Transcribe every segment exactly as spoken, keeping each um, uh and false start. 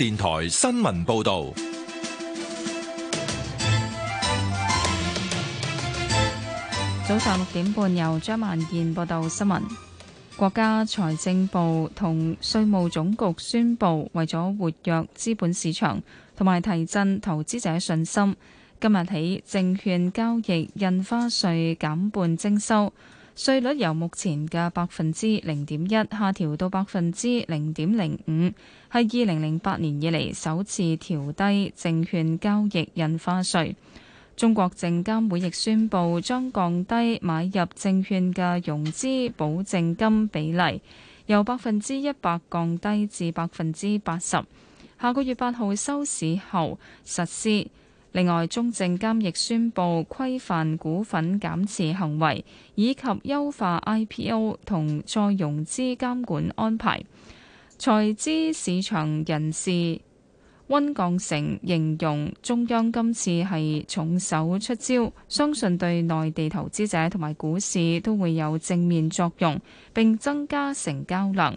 電台新聞報道。 早上六點半，由張萬燕報道新聞。國家財政部同稅務總局宣布，為咗活躍資本市場同埋提振投資者信心，今日起證券交易印花稅減半徵收，稅率由目前嘅百分之零點一下調到百分之零點零五，係二零零八年以嚟首次調低證券交易印花稅。中國證監會亦宣布將降低買入證券嘅融資保證金比例，由百分之一百降低至百分之八十，下個月八號收市後實施。另外，中證監亦宣布規範股份減持行為，以及優化 I P O 同再融資監管安排。財資市場人士溫鋼成形容中央今次係重手出招，相信對內地投資者同埋股市都會有正面作用，並增加成交量。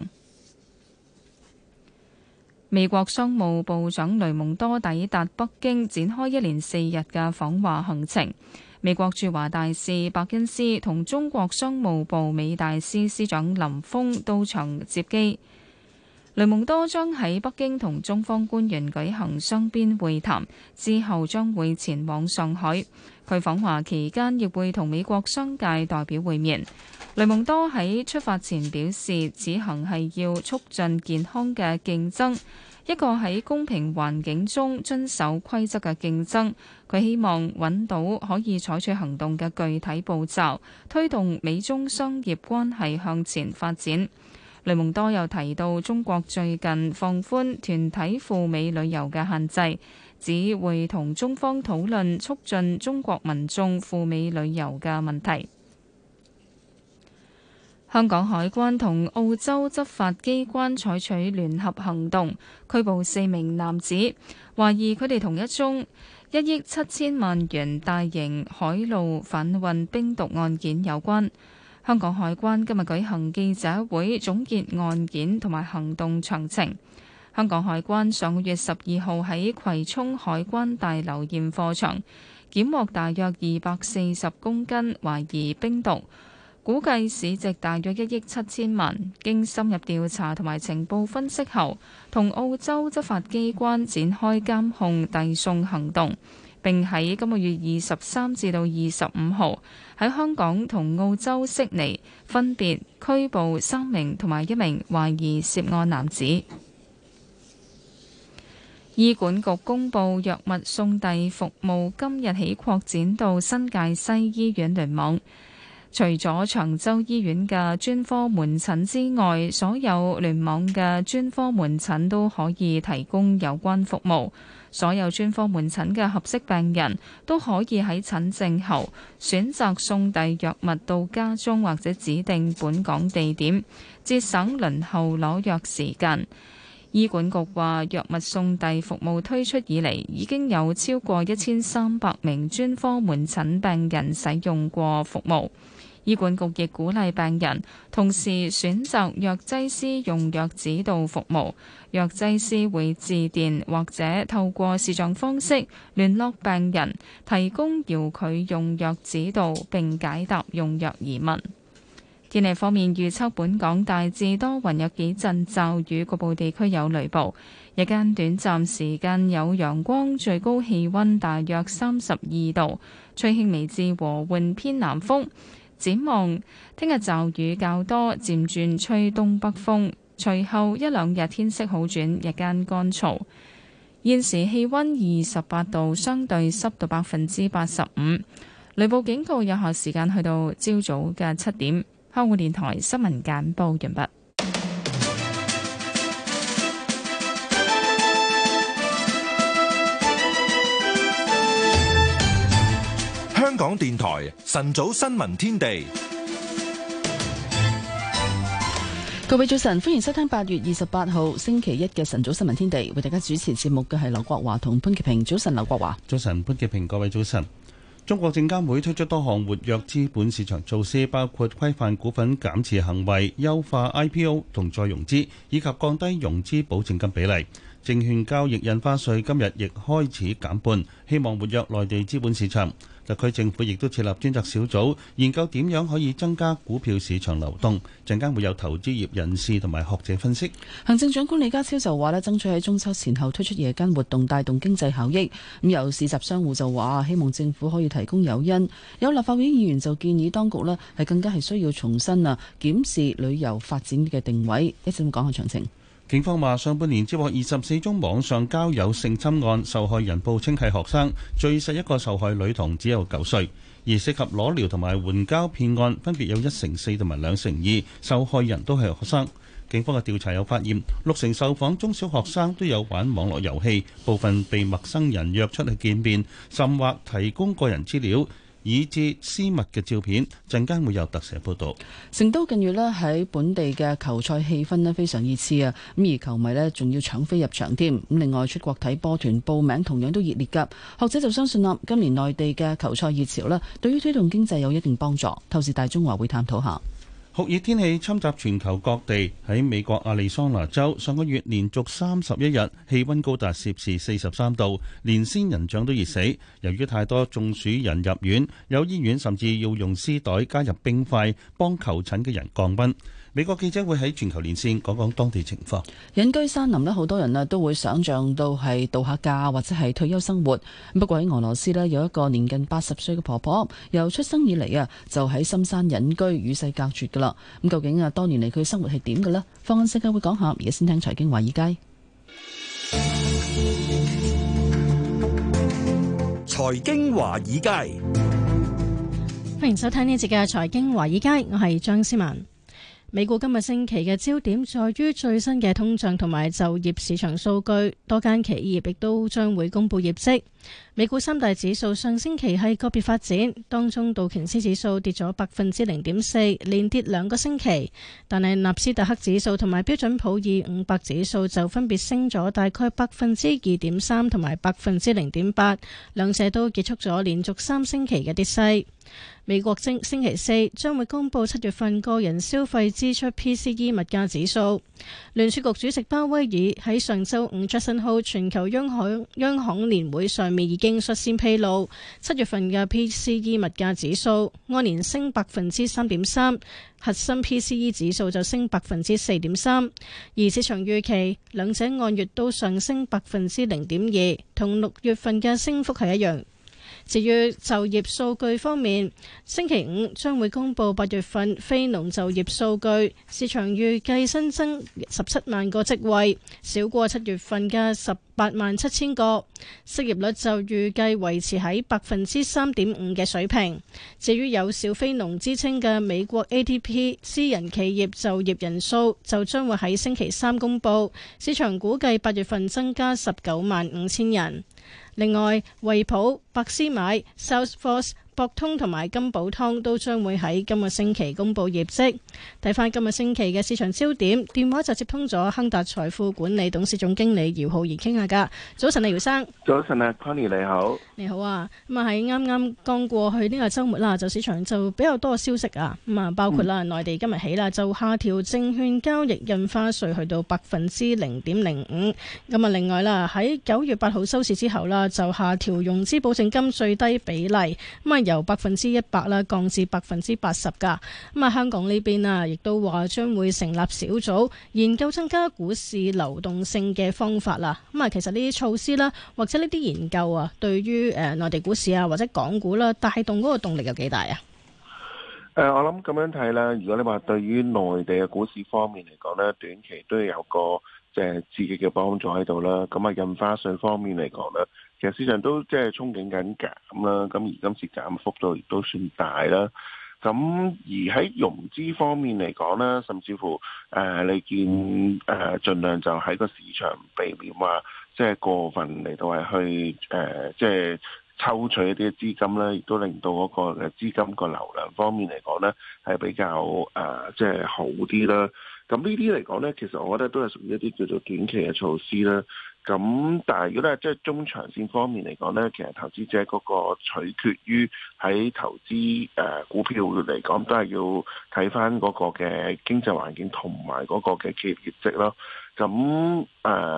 美國商務部長雷蒙多抵達北京，展開一連四日嘅訪華行程。美國駐華大使伯恩斯同中國商務部美大司司長林峰到場接機。雷蒙多將喺北京同中方官員舉行雙邊會談，之後將會前往上海。佢訪華期間亦會同美國商界代表會面。雷蒙多喺出發前表示，此行係要促進健康嘅競爭，一個喺公平環境中遵守規則嘅競爭。佢希望揾到可以採取行動嘅具體步驟，推動美中商業關係向前發展。雷蒙多又提到，中國最近放寬團體赴美旅遊嘅限制，只會同中方討論促進中國民眾赴美旅遊嘅問題。香港海關同澳洲執法機關採取聯合行動，拘捕四名男子，懷疑佢哋同一宗一億七千萬元大型海路販運冰毒案件有關。香港海關今日舉行記者會，總結案件同埋行動詳情。香港海關上個月十二號喺葵涌海關大樓驗貨場檢獲大約二百四十公斤懷疑冰毒，估計市值大約一億七千萬。經深入調查同埋情報分析後，同澳洲執法機關展開監控遞送行動，並喺今個月二十三至到二十五號喺香港同澳洲悉尼分別拘捕三名同埋一名懷疑涉案男子。醫管局公布藥物送遞服務今日起擴展到新界西醫院聯網，除咗長洲醫院嘅專科門診之外，所有聯網嘅專科門診都可以提供有關服務。所有專科門診嘅合適病人都可以喺診症後選擇送遞藥物到家中或者指定本港地點，節省輪候攞藥時間。醫管局話，藥物送遞服務推出以嚟，已經有超過一千三百名專科門診病人使用過服務。醫管局亦鼓勵病人同時選擇藥劑師用藥指導服務，藥劑師會致電或者透過視像方式聯絡病人，提供遙距用藥指導並解答用藥疑問。天氣方面預測，本港大致多雲，有幾陣驟雨，局部地區有雷暴。日間短暫時間有陽光，最高氣溫大約三十二度，吹輕微至和緩偏南風。展望聽日驟雨較多，漸轉吹東北風，隨後一兩日天色好轉，日間乾燥。現時氣溫二十八度，相對濕度百分之八十五。雷暴警告有效時間去到朝早嘅七點。香港電台新聞簡報完畢。 香港電台晨早新聞天地， 各位早晨，歡迎收聽八月二十八號星期一嘅晨早新聞天地，為大家主持節目嘅係劉國華同潘潔平。早晨，劉國華。 早晨，潘潔平。各位早晨。中國證監會推出多項活躍資本市場措施，包括規範股份減持行為、優化 I P O 同再融資，以及降低融資保證金比例。 證券交易印花稅今日亦開始減半，希望活躍內地資本市場。特區政府亦都設立專責小組，研究點樣可以增加股票市場流動。陣間會有投資業人士同埋學者分析。 行政長官李家超就話咧，爭取喺中秋前後推出夜間活動，帶動經濟效益。咁有市集商戶就話，希望政府可以提供誘因。有立法會議員就建議當局咧係更加係需要重新啊檢視旅遊發展嘅定位。一陣講下詳情。 警方話，上半年接獲二十四宗網上交友性侵案，受害人報稱係學生，最細一個受害女童只有九歲，而涉及裸聊同埋援交騙案，分別有一成四同埋兩成二，受害人都係學生。警方嘅調查有發現，六成受訪中小學生都有玩網絡遊戲，部分被陌生人約出去見面，甚或提供個人資料，以至私密嘅照片。陣間會有特寫報導。 成都近月咧喺本地嘅球賽氣氛咧非常熱刺啊，咁而球迷咧仲要搶飛入場添。咁另外出國睇波團報名同樣都熱烈㗎。學者就相信啦，今年內地嘅球賽熱潮咧，對於推動經濟有一定幫助。透視大中華會探討下。 酷熱天氣侵襲全球各地，喺美國亞利桑那州上個月連續三十一日氣溫高達攝氏四十三度，連仙人掌都熱死。由於太多中暑人入院，有醫院甚至要用絲袋加入冰塊幫求診嘅人降溫。美國記者會喺全球連線講講當地情況。 隱居山林咧，好多人啊都會想像到係度下假或者係退休生活。不過喺俄羅斯咧，有一個年近八十歲嘅婆婆，由出生以嚟啊就喺深山隱居，與世隔絕噶啦。咁究竟啊多年嚟佢生活係點嘅呢？放眼世界會講下，而家先聽財經華爾街。 財經華爾街， 歡迎收聽呢一節嘅財經華爾街，我係張思文。美股今日星期嘅焦點在於最新嘅通脹同埋就業市場數據，多間企業亦都將會公布業績。美股三大指數上星期係個別發展，當中道瓊斯指數跌咗百分之零點四，連跌兩個星期。但係納斯達克指數同埋標準普爾五百指數就分別升咗大概百分之二點三同埋百分之零點八，兩者都結束咗連續三星期嘅跌勢。美國星星期四將會公布七月份個人消費支出 P C E 物價指數。聯儲局主席鮑威爾喺上周五傑克遜霍爾全球央行央行年會上面已經率先披露，七月份嘅 P C E 物價指數按年升百分之三點三，核心 P C E 指數就升百分之四點三，而市場預期兩者按月都上升百分之零點二，同六月份嘅升幅係一樣。至於就業數據方面，星期五將會公布八月份非農就業數據，市場預計新增十七萬個職位，少過七月份嘅十八萬七千個，失業率就預計維持喺百分之三點五嘅水平。至於有小非農之稱嘅美國 A D P 私人企業就業人數就將會喺星期三公布，市場估計八月份增加十九萬五千人。另外，惠普、百思買、Salesforce、博通同埋金寶湯都將會喺今個星期公布業績。睇翻今個星期嘅市場焦點，電話就接通咗亨達財富管理董事總經理姚浩然傾下㗎。早晨啊，姚生。 早晨啊 Connie 你好。 你好啊，咁啊喺啱啱剛過去呢個週末啦，就市場就比較多消息啊，咁啊包括啦，內地今日起啦就下調證券交易印花稅去到百分之零點零五，咁啊另外啦喺九月八號收市之後啦，就下調融資保證金最低比例，咁啊由百分之一百啦降至百分之八十噶。咁啊香港呢邊啊，亦都話將會成立小組研究增加股市流動性嘅方法啦。咁啊其實呢啲措施啦，或者呢啲研究啊，對於誒內地股市啊或者港股啦，帶動嗰個動力有幾大啊？ 誒、呃，我諗咁樣睇啦。如果你話對於內地嘅股市方面嚟講咧，短期都有個即係刺激嘅幫助喺度啦。咁啊，印花稅方面嚟講咧，其實市場都即係憧憬緊減啦。咁而今次減幅度亦都算大啦。咁而喺融資方面嚟講咧，甚至乎誒、呃，你見誒、呃，盡量就喺個市場避免話即係過分嚟到係去誒、呃，即係抽取一啲資金咧，亦都令到嗰個嘅資金個流量方面嚟講咧，係比較誒、呃，即係好啲啦。咁呢啲嚟講咧，其實我覺得都係屬於一啲叫做短期嘅措施啦。咁但係如果咧即係中長線方面嚟講咧，其實投資者嗰個取決於喺投資誒、呃、股票嚟講，都係要睇翻嗰個嘅經濟環境同埋嗰個嘅企業業績咯。咁誒、呃、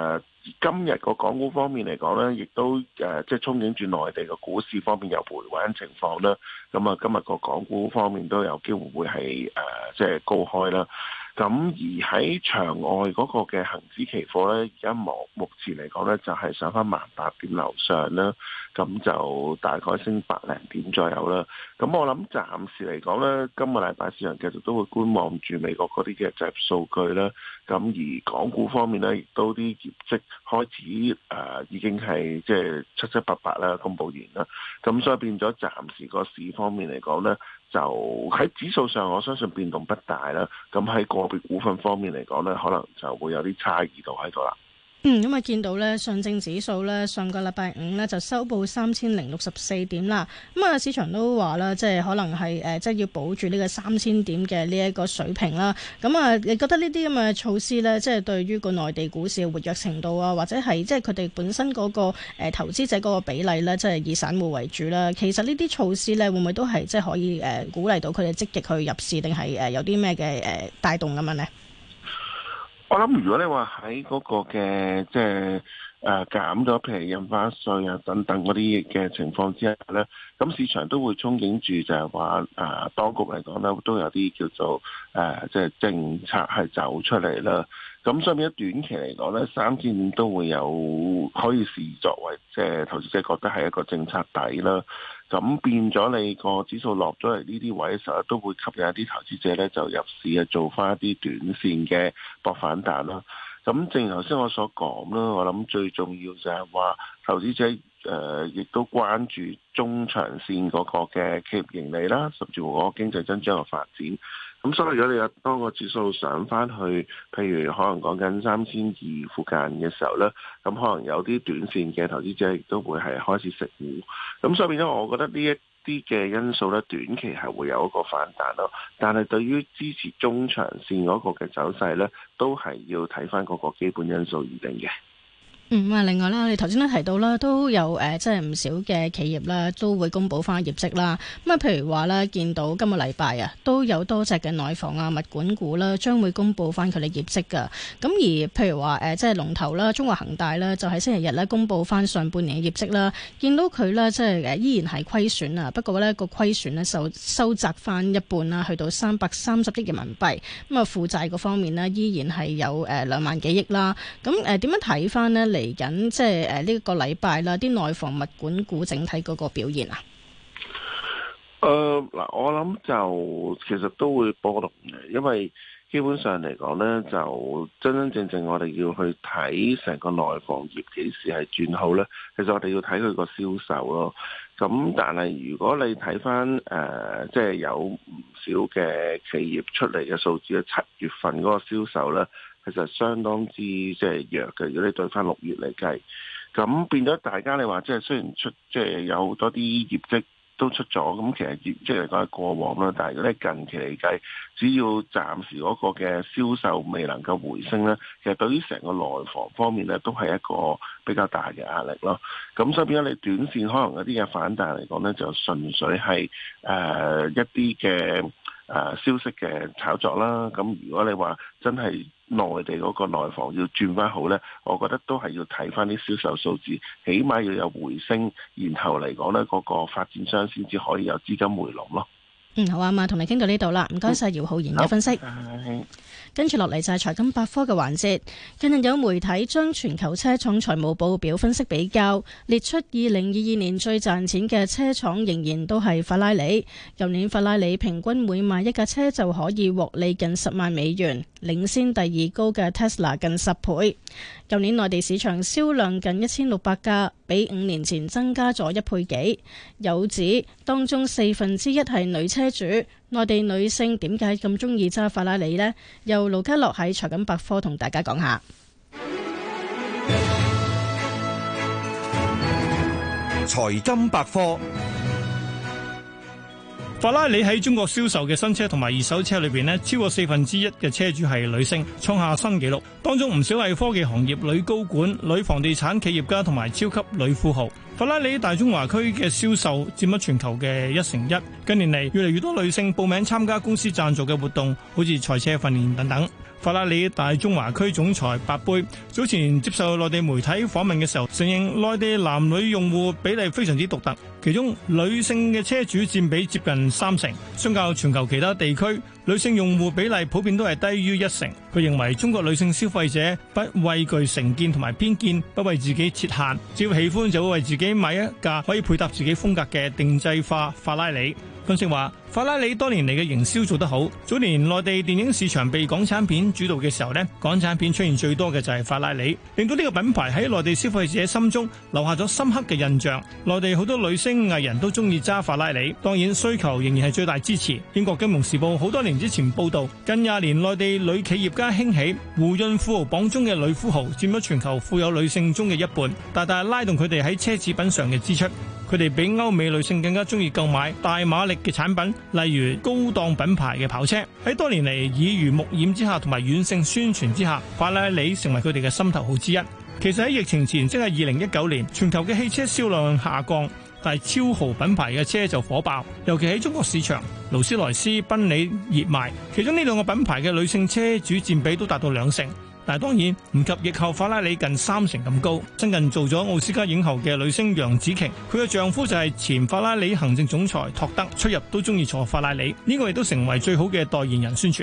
今日個港股方面嚟講咧，亦都誒、呃、即係憧憬住內地嘅股市方面有回穩情況啦。咁啊，今日個港股方面都有機會會係誒、呃、即係高開啦。咁而喺場外嗰個嘅恒指期貨咧，而家目目前嚟講咧，就係上翻萬八點樓上啦。咁就大概升百零點左右啦。咁我諗暫時嚟講咧，今個禮拜市場繼續都會觀望住美國嗰啲嘅就業數據啦。咁而港股方面咧，亦都啲業績開始誒、呃、已經係即係七七八八啦，公佈完啦。咁所以變咗暫時個市方面嚟講咧，就喺指數上，我相信變動不大啦。咁喺個別股份方面嚟講咧，可能就會有啲差異度喺度啦。 嗯，咁啊見到咧上證指數咧上個禮拜五咧就收報三千零六十四點啦。咁啊市場都話啦，即係可能係誒即係要保住呢個三千點嘅呢一個水平啦。咁啊，你覺得呢啲咁嘅措施咧，即係對於個內地股市嘅活躍程度啊，或者係即係佢哋本身嗰個誒投資者嗰個比例咧，即係以散戶為主啦。其實呢啲措施咧，會唔會都係即係可以誒鼓勵到佢哋積極去入市，定係誒有啲咩嘅誒帶動咁樣咧？ 我諗如果你話喺嗰個嘅即係誒減咗譬如印花稅啊等等嗰啲嘅情況之下咧，咁市場都會憧憬住就係話誒當局嚟講咧都有啲叫做誒即係政策係走出嚟啦。咁所以變咗短期嚟講咧，三千點都會有可以視作為即係投資者覺得係一個政策底啦。咁變咗你個指數落咗嚟呢啲位嘅時候，都會吸引一啲投資者咧就入市啊，做翻一啲短線嘅博反彈啦。咁正如頭先我所講啦，我諗最重要就係話投資者誒亦都關注中長線嗰個嘅企業盈利啦，甚至乎嗰個經濟增長嘅發展。咁所以如果你有當個指數上翻去，譬如可能講緊三千二附近嘅時候咧，咁可能有啲短線嘅投資者亦都會係開始食糊。咁所以變咗，我覺得呢一啲嘅因素咧，短期係會有一個反彈咯。但係對於支持中長線嗰個嘅走勢咧，都係要睇翻嗰個基本因素而定嘅。 嗯，啊，另外啦，我哋頭先都提到啦，都有誒、呃，即係唔少嘅企業啦，都會公布翻業績啦。咁啊，譬如話咧，見到今個禮拜啊，都有多隻嘅內房啊、物管股啦，將會公布翻佢哋業績噶。咁而譬如話誒、呃，即係龍頭啦，中國恒大啦，就喺星期日咧公布翻上半年嘅業績啦。見到佢咧，即係誒依然係虧損啊，不過咧個虧損咧就收窄翻一半啦，去到三百三十億人民幣。咁啊，負債嗰方面呢，依然係有誒兩萬幾億啦。咁誒點樣睇翻呢？嚟緊即係誒呢個禮拜啦，啲內房物管股整體嗰個表現啊？ 誒嗱、呃，我諗就其實都會波動嘅，因為基本上嚟講咧，就真真正正我哋要去睇成個內房業幾時係轉好咧。其實我哋要睇佢個銷售咯。咁但係如果你睇翻誒，即係有唔少嘅企業出嚟嘅數字咧，七月份嗰個銷售咧，其實相當之即係弱嘅。如果你對翻六月嚟計，咁變咗大家你話即係雖然出即係有好多啲業績都出咗，咁其實業績嚟講係過往啦。但係如果你近期嚟計，只要暫時嗰個嘅銷售未能夠回升咧，其實對於成個內房方面咧，都係一個比較大嘅壓力咯。咁所以變咗你短線可能有啲嘅反彈嚟講咧，就純粹係誒、呃、一啲嘅誒消息嘅炒作啦。咁如果你話真係內地嗰個內房要轉翻好咧，我覺得都係要睇翻啲銷售數字，起碼要有回升，然後嚟講咧，嗰個發展商先至可以有資金回籠咯。 嗯，好啊嘛，同你傾到呢度啦，唔該晒姚浩然嘅分析。 嗯跟住落嚟就係財金百科嘅環節。近日有媒體將全球車廠財務報表分析比較，列出二零二二年最賺錢嘅車廠仍然都係法拉利。舊年法拉利平均每賣一架車就可以獲利近十萬美元，領先第二高嘅 Tesla 近十倍。舊年內地市場銷量近一千六百架，比五年前增加咗一倍幾。有指當中四分之一係女車主。內地女性點解咁中意揸法拉利呢？由盧家樂喺財金百科同大家講下。 財金百科。 法拉利喺中國銷售嘅新車同埋二手車裏邊呢，超過四分之一嘅車主係女性，創下新紀錄。當中唔少係科技行業女高管、女房地產企業家同埋超級女富豪。法拉利大中華區嘅銷售佔咗全球嘅一成一。近年嚟，越嚟越多女性報名參加公司贊助嘅活動，好似賽車訓練等等。 法拉利大中華區總裁白貝早前接受內地媒體訪問嘅時候，承認內地男女用戶比例非常之獨特，其中女性嘅車主佔比接近三成，相較全球其他地區，女性用戶比例普遍都係低於一成。佢認為中國女性消費者不畏懼成見同埋偏見，不為自己設限，只要喜歡就會為自己買一架可以配搭自己風格嘅定制化法拉利。分析話，法拉利多年嚟嘅營銷做得好。早年內地電影市場被港產片主導嘅時候呢，港產片出現最多嘅就係法拉利，令到呢個品牌喺內地消費者心中留下咗深刻嘅印象。內地好多女星藝人都中意揸法拉利，當然需求仍然係最大支持。英國金融時報好多年之前報道，近廿年內地女企業家興起，胡潤富豪榜中嘅女富豪佔咗全球富有女性中嘅一半，大大拉動佢哋喺奢侈品上嘅支出。佢哋比歐美女性更加中意購買大馬力嘅產品，例如高檔品牌嘅跑車。喺多年嚟耳濡目染之下同埋軟性宣傳之下，法拉利成為佢哋嘅心頭好之一。其實喺疫情前，即係二零一九年，全球嘅汽車銷量下降，但係超豪品牌嘅車就火爆，尤其喺中國市場，勞斯萊斯、賓利熱賣，其中呢兩個品牌嘅女性車主佔比都達到兩成。但係當然唔及疫後法拉利近三成咁高。新近做咗奧斯卡影后嘅女星楊紫瓊，佢嘅丈夫就係前法拉利行政總裁托德，出入都中意坐法拉利，呢個亦都成為最好嘅代言人宣傳。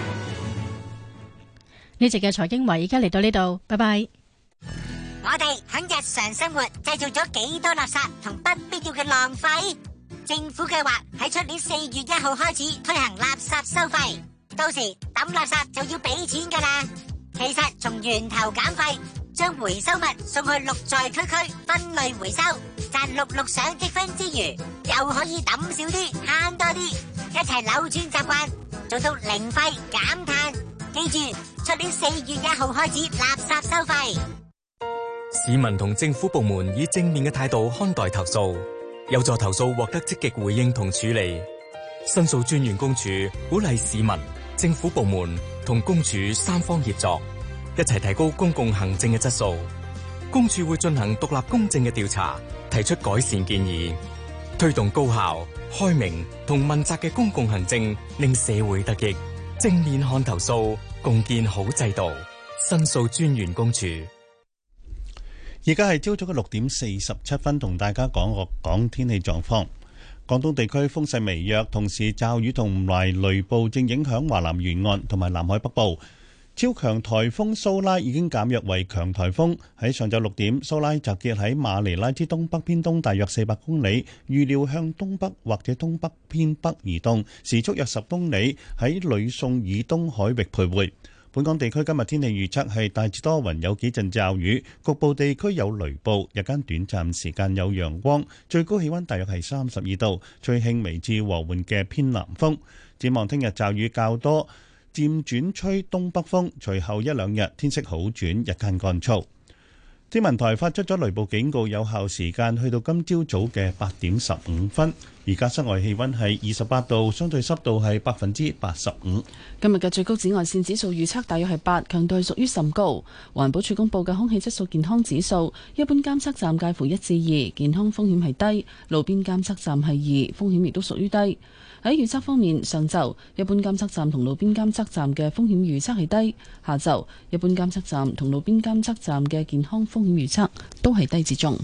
呢集嘅財經華爾街而家嚟到呢度，拜拜。 我哋喺日常生活製造咗幾多垃圾同不必要嘅浪費？政府計劃喺出年四月一號開始推行垃圾收費，到時抌垃圾就要俾錢噶啦。其實從源頭減廢，將回收物送去綠在區區分類回收，賺綠綠賞積分之餘，又可以抌少啲慳多啲，一齊扭轉習慣，做到零廢減碳。記住，出年四月一號開始垃圾收費。 市民同政府部門以正面嘅態度看待投訴，有助投訴獲得積極回應同處理。申訴專員公署鼓勵市民、政府部門同公署三方協作，一齊提高公共行政嘅質素。公署會進行獨立公正嘅調查，提出改善建議，推動高效、開明同問責嘅公共行政，令社會得益。正面看投訴，共建好制度。申訴專員公署。 而家係朝早嘅六點四十七分，同大家講個講天氣狀況。廣東地區風勢微弱，同時驟雨同埋雷暴正影響華南沿岸同埋南海北部。超強颱風蘇拉已經減弱為強颱風。喺上晝六點，蘇拉集結喺馬尼拉之東北偏東大約四百公里，預料向東北或者東北偏北移動，時速約十公里，喺呂宋以東海域徘徊。本港地區今日天氣預測係大致多雲，有幾陣驟雨，局部地區有雷暴，日間短暫時間有陽光，最高氣溫大約係三十二度，吹輕微至和緩嘅偏南風。展望聽日驟雨較多，漸轉吹東北風，隨後一兩日天色好轉，日間乾燥。天文台發出咗雷暴警告，有效時間去到今朝早嘅八點十五分。而家室外氣溫係二十八度，相對濕度係百分之八十五。 今日嘅最高紫外線指數預測大約係八，強度係屬於甚高。環保署公布嘅空氣質素健康指數，一般監測站介乎一至二，健康風險係低；路邊監測站係二，風險亦都屬於低。喺預測方面，上晝一般監測站同路邊監測站嘅風險預測係低；下晝一般監測站同路邊監測站嘅健康風險預測都係低至中。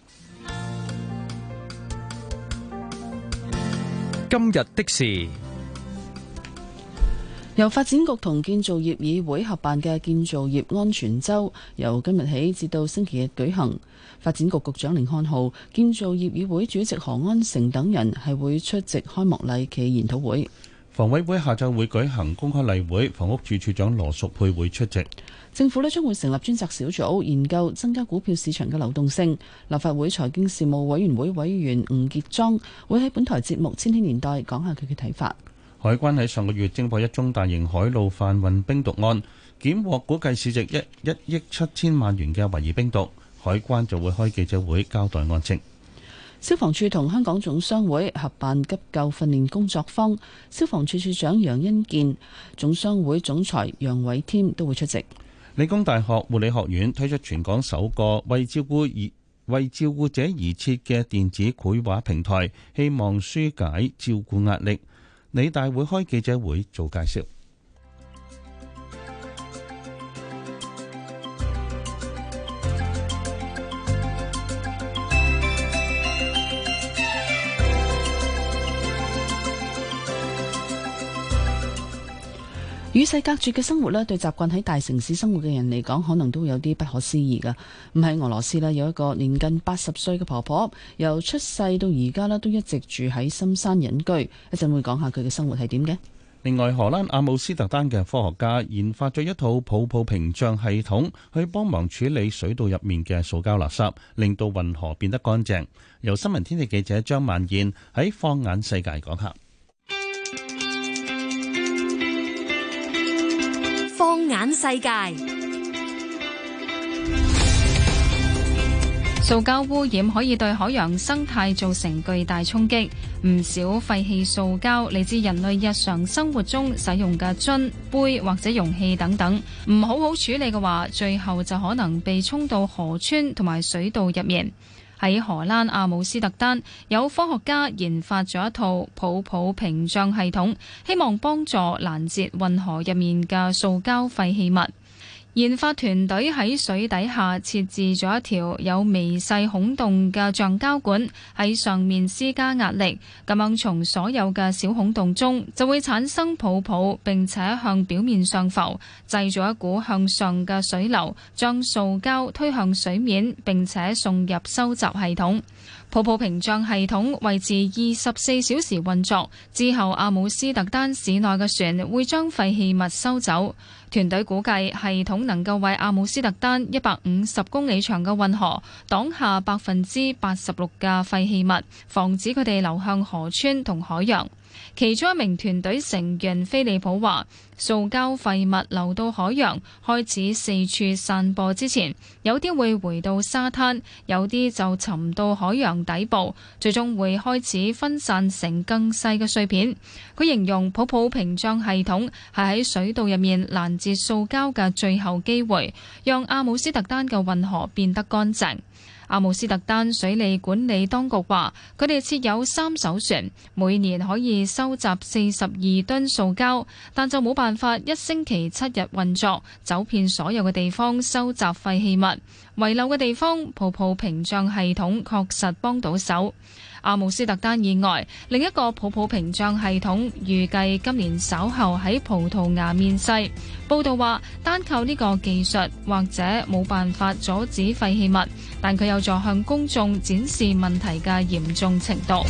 今日的事， 由發展局同建造業議會合辦嘅建造業安全周，由今日起至到星期日舉行。發展局局長甯漢豪、建造業議會主席何安成等人係會出席開幕禮暨研討會。 房委會下晝會舉行公開例會，房屋署署長羅淑佩會出席。 政府呢將會成立專責小組研究增加股票市場嘅流動性。立法會財經事務委員會委員吳傑莊會喺本台節目《千禧年代》講下佢嘅睇法。 海關喺上個月偵破一宗大型海路販運冰毒案，檢獲估計市值一一億七千萬元嘅懷疑冰毒。海關就會開記者會交代案情。 消防處同香港總商會合辦急救訓練工作坊，消防處處長楊恩健、總商會總裁楊偉添都會出席。 理工大學護理學院推出全港首個為照顧而為照顧者而設嘅電子繪畫平台，希望紓解照顧壓力。理大會開記者會做介紹。 與世隔絕嘅生活咧，對習慣喺大城市生活嘅人嚟講，可能都有啲不可思議噶。咁喺俄羅斯咧，有一個年近八十歲嘅婆婆，由出世到而家咧，都一直住喺深山隱居。一陣會講下佢嘅生活係點嘅。 另外，荷蘭阿姆斯特丹嘅科學家研發咗一套泡泡屏障系統，去幫忙處理水道入面嘅塑膠垃圾，令到運河變得乾淨。由新聞天地記者張萬燕喺放眼世界講下。 放眼世界。 塑膠污染可以對海洋生態造成巨大衝擊，唔少廢棄塑膠嚟自人類日常生活中使用嘅樽、杯或者容器等等，唔好好處理嘅話，最後就可能被沖到河川同埋水道入面。喺荷蘭阿姆斯特丹，有科學家研發咗一套泡泡屏障系統，希望幫助攔截運河入面嘅塑膠廢棄物。研發團隊喺水底下設置咗一條有微細孔洞嘅橡膠管，喺上面施加壓力，咁樣從所有嘅小孔洞中就會產生泡泡，並且向表面上浮，製造一股向上嘅水流，將塑膠推向水面，並且送入收集系統。泡泡屏障系統維持二十四小時運作，之後阿姆斯特丹市內嘅船會將廢棄物收走。團隊估計系統能夠為阿姆斯特丹一百五十公里長嘅運河擋下百分之八十六嘅廢棄物，防止佢哋流向河川同海洋。其中一名團隊成員菲利普話，塑膠廢物流到海洋，開始四處散播之前，有啲會回到沙灘，有啲就沉到海洋底部，最終會開始分散成更細嘅碎片。佢形容泡泡屏障系統係喺水道入面攔截塑膠嘅最後機會，讓阿姆斯特丹嘅運河變得乾淨。阿姆斯特丹水利管理當局話，佢哋設有三艘船，每年可以收集四十二噸塑膠，但就冇辦法一星期七日運作，走遍所有嘅地方收集廢棄物。遺漏嘅地方，泡泡屏障系統確實幫到手。阿姆斯特丹以外，另一個泡泡屏障系統預計今年稍後喺葡萄牙面世。報道話，單靠呢個技術或者冇辦法阻止廢棄物，但佢有助向公眾展示問題嘅嚴重程度。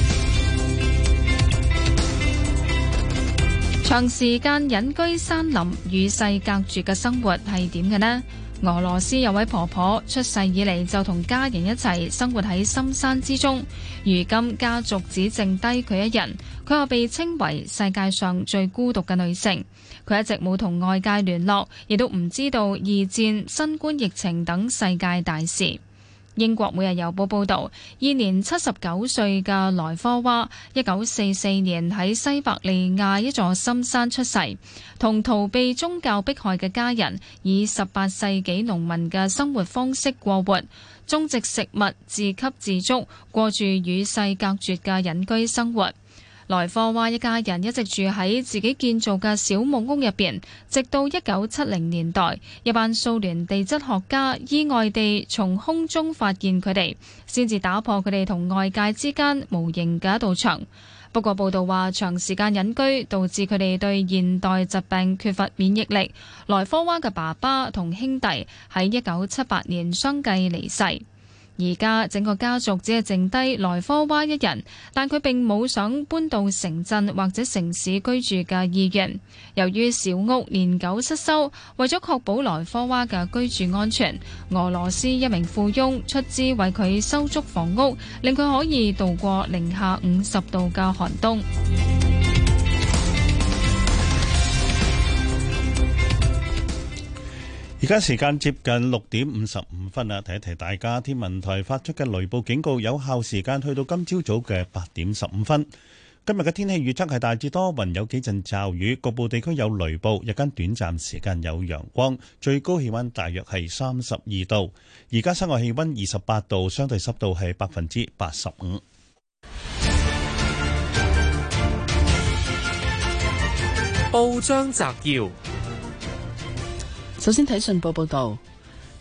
長時間隱居山林與世隔絕嘅生活係點嘅呢？俄羅斯有位婆婆出世以嚟就同家人一齊生活喺深山之中，如今家族只剩低佢一人，佢又被稱為世界上最孤獨嘅女性。佢一直冇同外界聯絡，亦都唔知道二戰、新冠疫情等世界大事。英國每日郵報報導，現年七十九歲嘅萊科娃，一九四四年喺西伯利亞一座深山出世，同逃避宗教迫害嘅家人，以十八世紀農民嘅生活方式過活，種植食物，自給自足，過住與世隔絕嘅隱居生活。萊科娃一家人一直住喺自己建造嘅小木屋入邊，直到一九七零年代，一班蘇聯地質學家意外地從空中發現佢哋，先至打破佢哋同外界之間無形嘅一道牆。不過報道話，長時間隱居導致佢哋對現代疾病缺乏免疫力。萊科娃嘅爸爸同兄弟喺一九七八年相繼離世。而家整個家族只係剩低萊科娃一人，但佢並冇想搬到城鎮或者城市居住嘅意願。由於小屋年久失修，為咗確保萊科娃嘅居住安全，俄羅斯一名富翁出資為佢修築房屋，令佢可以度過零下五十度嘅寒冬。 而家時間接近六點五十五分啦，提一提大家，天文台發出嘅雷暴警告有效時間去到今朝早嘅八點十五分。今日嘅天氣預測係大致多雲，有幾陣驟雨，局部地區有雷暴，日間短暫時間有陽光，最高氣溫大約係三十二度。而家室外氣溫二十八度，相對濕度係百分之八十五。 報章摘要。 首先睇信報報道，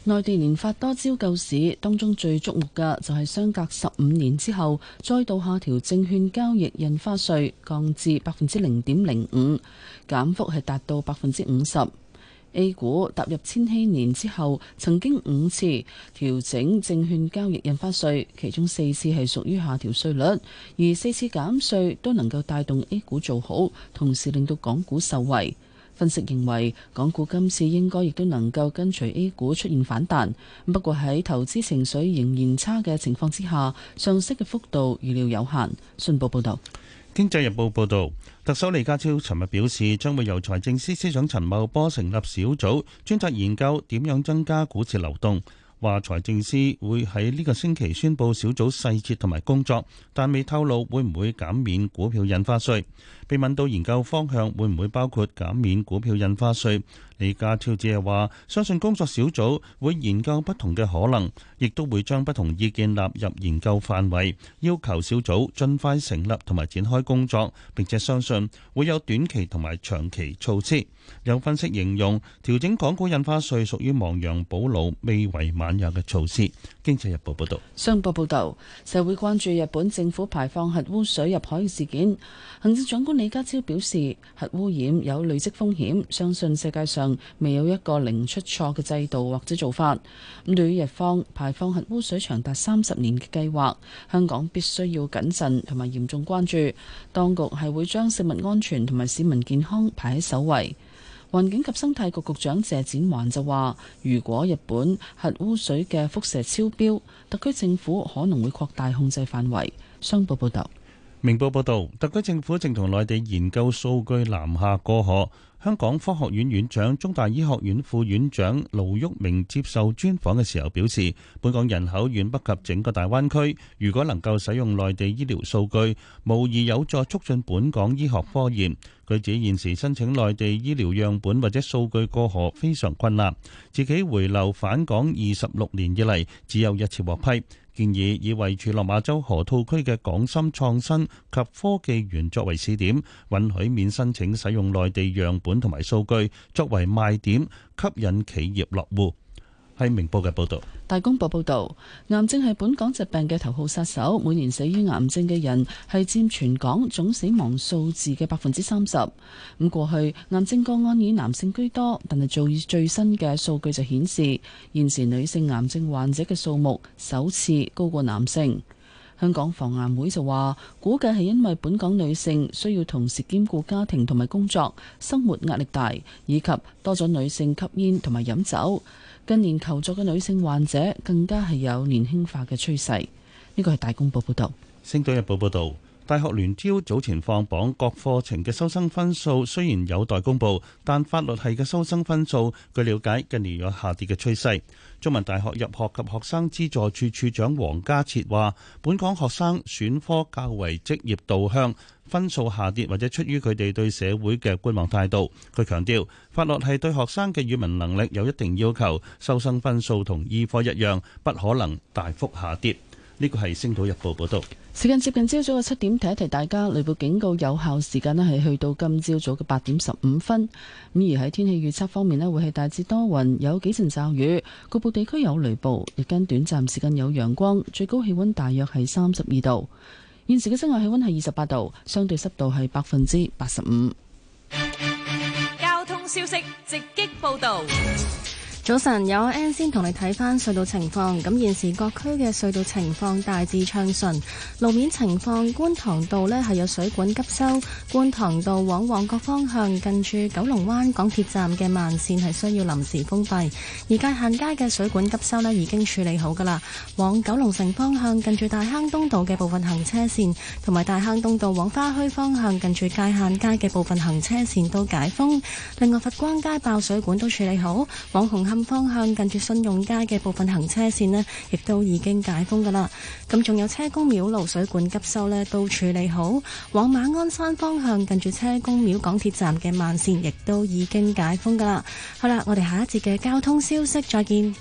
內地連發多招救市，當中最矚目嘅就係相隔十五年之後再度下調證券交易印花稅，降至百分之零點零五，減幅係達到百分之五十。A 股踏入千禧年之後，曾經五次調整證券交易印花稅，其中四次係屬於下調稅率，而四次減稅都能夠帶動 A 股做好，同時令到港股受惠。分析認為，港股今次應該亦都能夠跟隨 A 股出現反彈，不過喺投資情緒仍然差嘅情況之下，上升嘅幅度預料有限。信報報道。 經濟日報報導，特首李家超尋日表示，將會由財政司司長陳茂波成立小組，專責研究點樣增加股市流動。話財政司會喺呢個星期宣佈小組細節同埋工作，但未透露會唔會減免股票印花稅。被問到研究方向會唔會包括減免股票印花稅，李家超只係話相信工作小組會研究不同嘅可能，亦都會將不同意見納入研究範圍，要求小組盡快成立同埋展開工作，並且相信會有短期同埋長期措施。有分析形容調整港股印花稅屬於亡羊補牢、未為晚也嘅措施。經濟日報報道。 商報報道，社會關注日本政府排放核污水入海嘅事件。行政長官李家超表示，核污染有累積風險，相信世界上未有一個零出錯嘅制度或者做法。咁對於日方排放核污水長達三十年嘅計劃，香港必須要謹慎同埋嚴重關注。當局係會將食物安全同埋市民健康排喺首位。環境及生態局局長謝展寰就話，如果日本核污水嘅輻射超標，特區政府可能會擴大控制範圍。商報報道。 明報報導，特區政府正同內地研究數據南下過河。香港科學院院長、中大醫學院副院長盧煜明接受專訪嘅時候表示，本港人口遠不及整個大灣區，如果能夠使用內地醫療數據，無疑有助促進本港醫學科研。佢指現時申請內地醫療樣本或者數據過河非常困難，自己回流返港二十六年以嚟，只有一次獲批。建議以位處落馬洲河套區嘅港深創新及科技園作為試點，允許免申請使用內地樣本同埋數據作為賣點，吸引企業落戶。係明報嘅報導。 大公報報導，癌症係本港疾病嘅頭號殺手，每年死於癌症嘅人係佔全港總死亡數字嘅百分之三十。咁過去癌症個案以男性居多，但係做最新嘅數據就顯示，現時女性癌症患者嘅數目首次高過男性。香港防癌會就話，估計係因為本港女性需要同時兼顧家庭同埋工作，生活壓力大，以及多咗女性吸煙同埋飲酒。近年求助嘅女性患者更加係有年輕化嘅趨勢。呢個係大公報報導。 星島日報報導，大學聯招早前放榜，各課程嘅收生分數雖然有待公佈，但法律系嘅收生分數據了解近年有下跌嘅趨勢。中文大學入學及學生資助處處長黃家徹話，本港學生選科較為職業導向，分數下跌或者出於佢哋對社會嘅觀望態度。佢強調，法律係對學生嘅語文能力有一定要求，收生分數同醫科一樣，不可能大幅下跌。呢個係《星島日報》報導。 時間接近朝早嘅七點，提一提大家，雷暴警告有效時間呢係去到今朝早嘅八點十五分。咁而喺天氣預測方面呢，會係大致多雲，有幾陣驟雨，局部地區有雷暴，日間短暫時間有陽光，最高氣溫大約係三十二度。現時嘅室外氣溫係二十八度，相對濕度係百分之八十五。 交通消息直擊報道。 早晨，有 N 先同你睇翻隧道情況。咁現時各區嘅隧道情況大致暢順。路面情況，觀塘道呢係有水管急修，觀塘道往旺角方向近住九龍灣港鐵站嘅慢線係需要臨時封閉。而界限街嘅水管急修呢已經處理好噶啦。往九龍城方向近住大坑東道嘅部分行車線，同埋大坑東道往花墟方向近住界限街嘅部分行車線都解封。另外佛光街爆水管都處理好，往紅磡方向近住信用街嘅部分行車線呢，亦都已經解封噶啦。咁仲有車公廟路水管急修呢，都處理好。往馬鞍山方向近住車公廟港鐵站嘅慢線，亦都已經解封噶啦。好啦，我哋下一節嘅交通消息再見。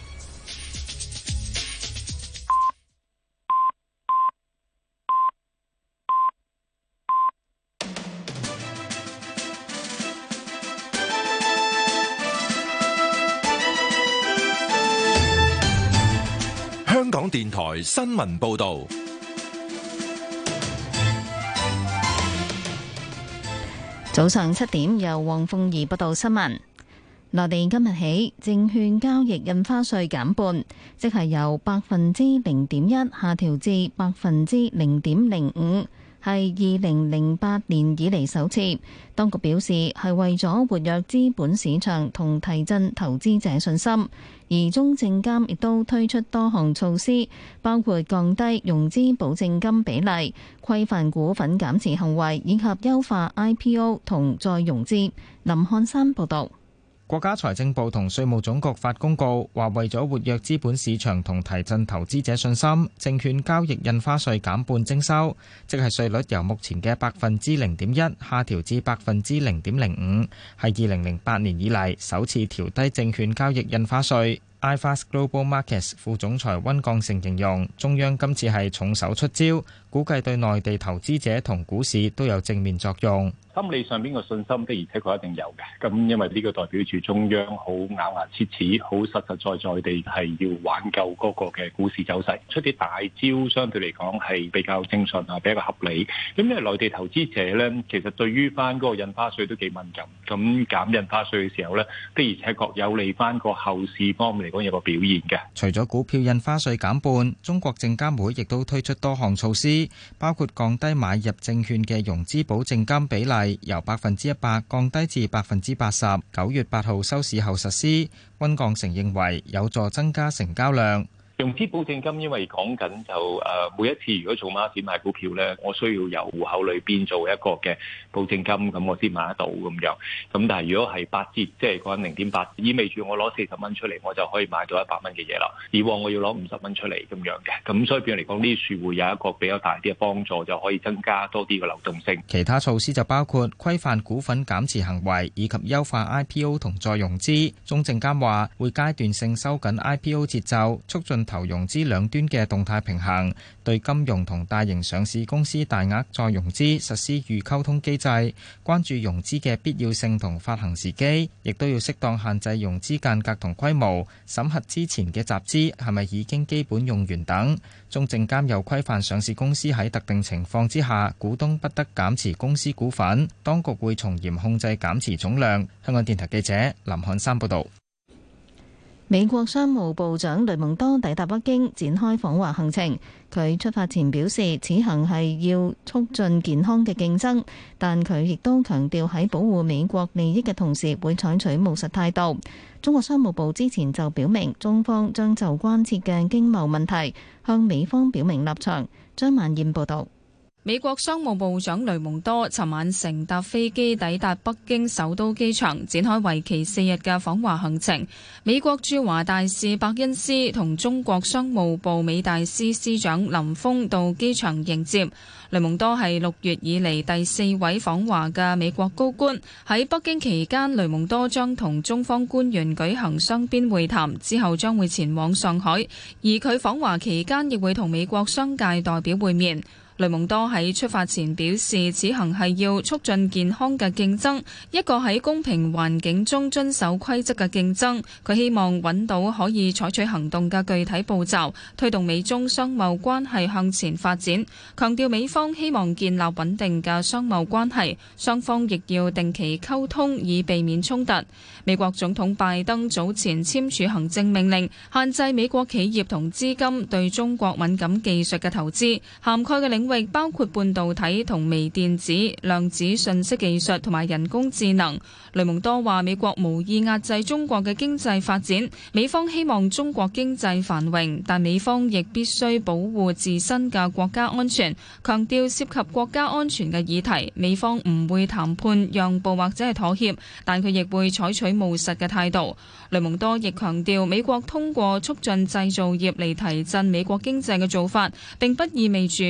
電台新聞報道。 早上七點，由黃鳳儀報道新聞。內地今日起證券交易印花稅減半，即係由百分之零點一下調至百分之零點零五。係二零零八年以嚟首次，當局表示係為咗活躍資本市場同提振投資者信心，而中證監亦都推出多項措施，包括降低融資保證金比例、規範股份減持行為以及優化 I P O 同再融資。林漢山報導。 國家財政部同稅務總局發公告，話為咗活躍資本市場同提振投資者信心，證券交易印花稅減半徵收，即係稅率由目前嘅百分之零點一下調至百分之零點零五，係二零零八年以嚟首次調低證券交易印花稅。iFAST Global Markets 副總裁溫鋼成形容，中央今次係重手出招，估計對內地投資者同股市都有正面作用。 心理上邊個信心的而且確一定有嘅，咁因為呢個代表住中央好咬牙切齒、好實實在在地係要挽救嗰個嘅股市走勢，出啲大招相對嚟講係比較正常啊，比較合理。咁因為內地投資者呢，其實對於翻嗰個印花稅都幾敏感，咁減印花稅嘅時候呢，的而且確有利翻個後市方面嚟講有個表現嘅。 除咗股票印花稅減半，中國證監會亦都推出多項措施，包括降低買入證券嘅融資保證金比例，由百分之一百降低至百分之八十，九月八號收市後實施。溫鋼城認為有助增加成交量。 融資保證金因為講緊就誒每一次如果做孖展買股票咧，我需要由戶口裏邊做一個嘅保證金，咁我先買得到咁樣。咁但係如果係八折，即係講緊零點八，意味住我攞四十蚊出嚟，我就可以買到一百蚊嘅嘢啦。以往我要攞五十蚊出嚟咁樣嘅，咁所以變嚟講呢樹會有一個比較大啲嘅幫助，就可以增加多啲嘅流動性。 其他措施就包括規範股份減持行為，以及優化 I P O 同再融資。中證監話會階段性收緊 I P O 節奏，促進投融資兩端嘅動態平衡，對金融同大型上市公司大額再融資實施預溝通機制，關注融資嘅必要性同發行時機，亦都要適當限制融資間隔同規模，審核之前嘅集資係咪已經基本用完等。中證監又規範上市公司喺特定情況之下，股東不得減持公司股份，當局會從嚴控制減持總量。香港電台記者林漢山報道。 美國商務部長雷蒙多抵達北京，展開訪華行程。佢出發前表示，此行係要促進健康嘅競爭，但佢亦都強調喺保護美國利益嘅同時，會採取務實態度。中國商務部之前就表明，中方將就關切嘅經貿問題向美方表明立場。張萬燕報導。 美國商務部長雷蒙多尋晚乘搭飛機抵達北京首都機場，展開為期四日嘅訪華行程。美國駐華大使伯恩斯同中國商務部美大司司長林峰到機場迎接。雷蒙多係六月以嚟第四位訪華嘅美國高官。喺北京期間，雷蒙多將同中方官員舉行雙邊會談，之後將會前往上海。而佢訪華期間亦會同美國商界代表會面。雷蒙多喺出發前表示，此行係要促進健康嘅競爭，一個喺公平環境中遵守規則嘅競爭。佢希望揾到可以採取行動嘅具體步驟，推動美中商貿關係向前發展。強調美方希望建立穩定嘅商貿關係，雙方亦要定期溝通，以避免衝突。美國總統拜登早前簽署行政命令，限制美國企業同資金對中國敏感技術嘅投資，涵蓋嘅領域包括半導體同微電子、量子信息技術同埋人工智能。雷蒙多話：美國無意壓制中國嘅經濟發展，美方希望中國經濟繁榮，但美方亦必須保護自身嘅國家安全。強調涉及國家安全嘅議題，美方唔會談判讓步或者係妥協，但佢亦會採取務實嘅態度。雷蒙多亦強調，美國通過促進製造業嚟提振美國經濟嘅做法，並不意味住美方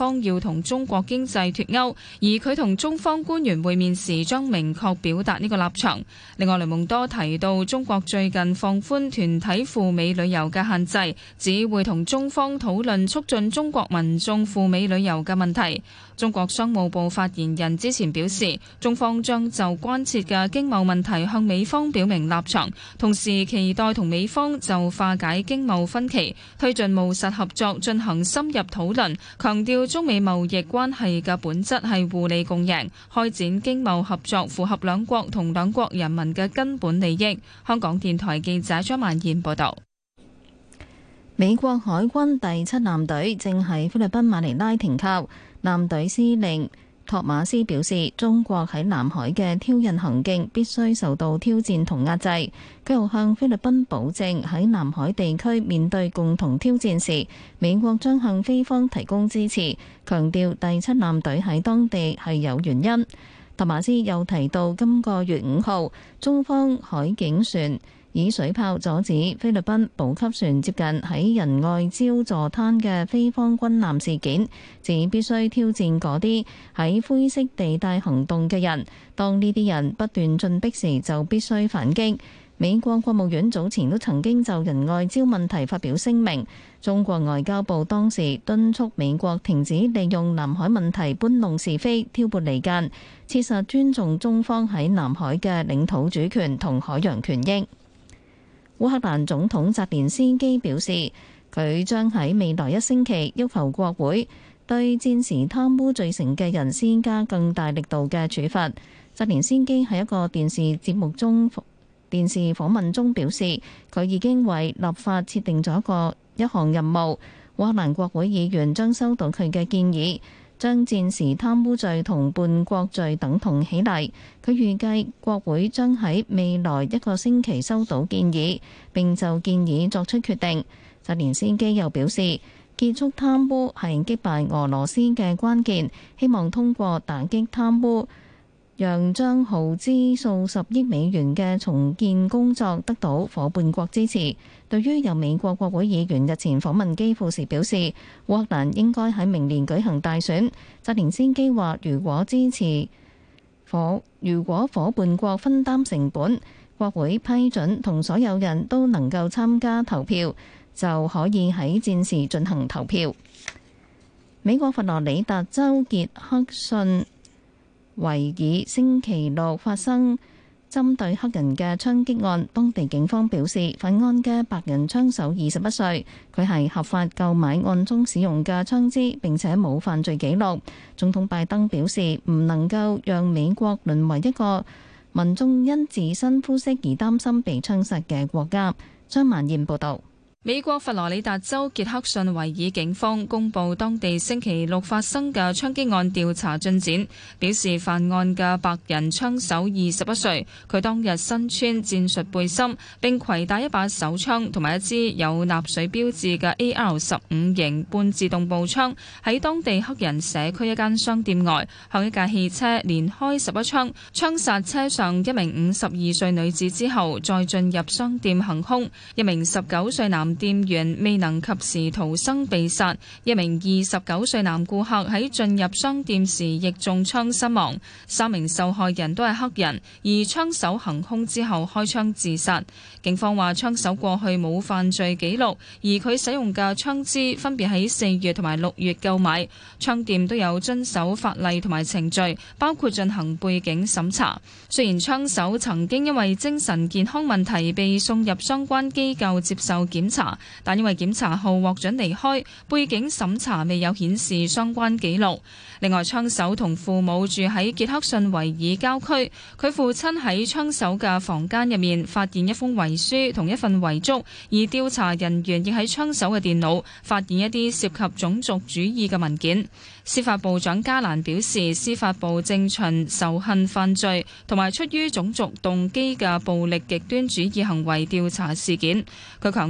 方要同中國經濟脫鈎，而佢同中方官員會面時將明確表達呢個立場。另外，雷蒙多提到中國最近放寬團體赴美旅遊嘅限制，只會同中方討論促進中國民眾赴美旅遊嘅問題。中國商務部發言人之前表示，中方將就關切嘅經貿問題向美方表明立場，同時期待同美方就化解經貿分歧、推進務實合作進行深入討論，強調中美貿易關係嘅本質係互利共贏，開展經貿合作符合兩國同兩國人民嘅根本利益。香港電台記者張曼燕報道。 美國海軍第七艦隊正喺菲律賓馬尼拉停靠。艦隊司令托馬斯表示，中國喺南海嘅挑釁行徑必須受到挑戰同壓制。佢又向菲律賓保證，喺南海地區面對共同挑戰時，美國將向菲方提供支持，強調第七艦隊喺當地係有原因。托馬斯又提到，今個月五號，中方海警船以水炮阻止菲律賓補給船接近喺仁愛礁坐灘嘅菲方軍艦事件，指必須挑戰嗰啲喺灰色地帶行動嘅人，當呢啲人不斷進逼時就必須反擊。美國國務院早前都曾經就仁愛礁問題發表聲明，中國外交部當時敦促美國停止利用南海問題搬弄是非、挑撥離間，切實尊重中方喺南海嘅領土主權同海洋權益。烏克蘭總統澤連斯基表示，佢將喺未來一星期要求國會對戰時貪污罪成嘅人施加更大力度嘅處罰。澤連斯基喺一個電視節目中、電視訪問中表示，佢已經為立法設定咗一個一項任務。烏克蘭國會議員將收到佢嘅建議，將戰時貪污罪同叛國罪等同起嚟。佢預計國會將喺未來一個星期收到建議，並就建議作出決定。澤連斯基又表示，結束貪污係擊敗俄羅斯嘅關鍵，希望通過打擊貪污，讓將耗資數十億美元嘅重建工作得到夥伴國支持。對於由美國國會議員日前訪問基輔時表示，烏克蘭應該喺明年舉行大選，澤連斯基話：如果支持夥，如果夥伴國分擔成本，國會批准同所有人都能夠參加投票，就可以喺戰時進行投票。美國佛羅里達州傑克遜維爾星期六發生針對黑人嘅槍擊案，當地警方表示，犯案嘅白人槍手二十一歲，佢係合法購買案中使用嘅槍支，並且冇犯罪記錄。總統拜登表示，唔能夠讓美國淪為一個民眾因自身膚色而擔心被槍殺嘅國家。張曼燕報導。 美國佛羅里達州傑克遜維爾警方公布當地星期六發生嘅槍擊案調查進展，表示犯案嘅白人槍手二十一歲，佢當日身穿戰術背心，並攜帶一把手槍同埋一支有納粹標誌嘅 A R 十五型半自動步槍，喺當地黑人社區一間商店外向一架汽車連開十一槍，槍殺車上一名五十二歲女子之後，再進入商店行兇，一名十九歲男店員未能及時逃生被殺，一名二十九歲男顧客喺進入商店時亦中槍身亡。三名受害人都係黑人，而槍手行兇之後開槍自殺。警方話槍手過去冇犯罪記錄，而佢使用嘅槍支分別喺四月同埋六月購買。槍店都有遵守法例同埋程序，包括進行背景審查。雖然槍手曾經因為精神健康問題被送入相關機構接受檢查，但因為檢查後獲准離開，背景審查未有顯示相關記錄。另外，槍手同父母住喺傑克遜維爾郊區，佢父親喺槍手嘅房間入面發現一封遺書同一份遺囑，而調查人員亦喺槍手嘅電腦發現一啲涉及種族主義嘅文件。司法部長加蘭表示，司法部正循仇恨犯罪同埋出於種族動機嘅暴力極端主義行為調查事件。佢強調美國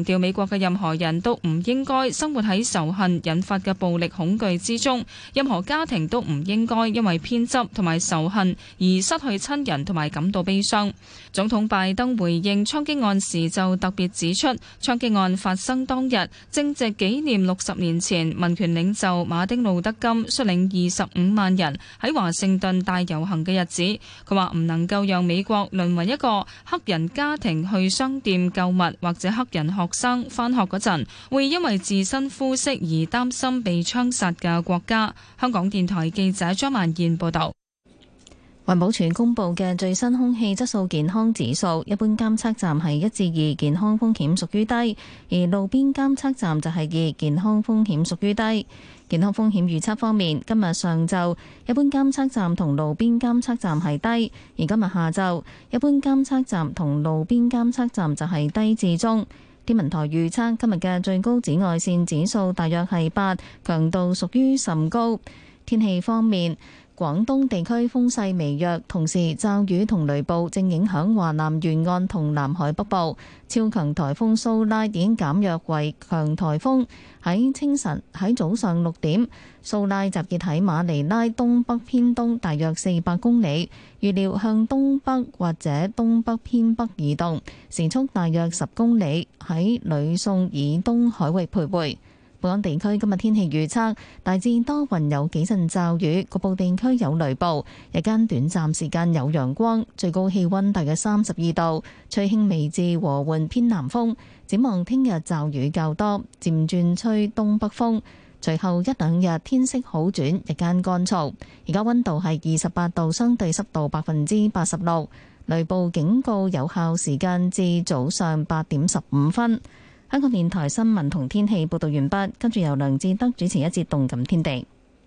國嘅任何人都唔應該生活喺仇恨引發嘅暴力恐懼之中，任何家庭都唔應該因為偏執同埋仇恨而失去親人同埋感到悲傷。總統拜登回應槍擊案時就特別指出，槍擊案發生當日正值紀念六十年前民權領袖馬丁路德金率領二十五萬人喺華盛頓大遊行嘅日子。佢話唔能夠讓美國淪為一個黑人家庭去商店購物或者黑人學生返學嗰陣會因為自身膚色而擔心被槍殺嘅國家。香港電台記者張曼燕報道。 環保署公布嘅最新空氣質素健康指數，一般監測站係一至二，健康風險屬於低；而路邊監測站就係二，健康風險屬於低。健康風險預測方面，今日上晝一般監測站同路邊監測站係低，而今日下晝一般監測站同路邊監測站就係低至中。天文台預測今日嘅最高紫外線指數大約係八，強度屬於甚高。天氣方面，廣東地區風勢微弱，同時驟雨同雷暴正影響華南沿岸同南海北部。超強颱風蘇拉已經減弱為強颱風。喺清晨喺早上六點，蘇拉集結喺馬尼拉東北偏東大約四百公里，預料向東北或者東北偏北移動，時速大約十公里，喺呂宋以東海域徘徊。本港地區今日天氣預測，大致多雲，有幾陣驟雨，局部地區有雷暴，日間短暫時間有陽光，最高氣溫大約三十二度，吹輕微至和緩偏南風。展望聽日驟雨較多，漸轉吹東北風，隨後一兩日天色好轉，日間乾燥。而家溫度係二十八度，相對濕度百分之八十六，雷暴警告有效時間至早上八點十五分。香港電台新聞同天氣報道完畢，跟住由梁志德主持一節《動感天地》。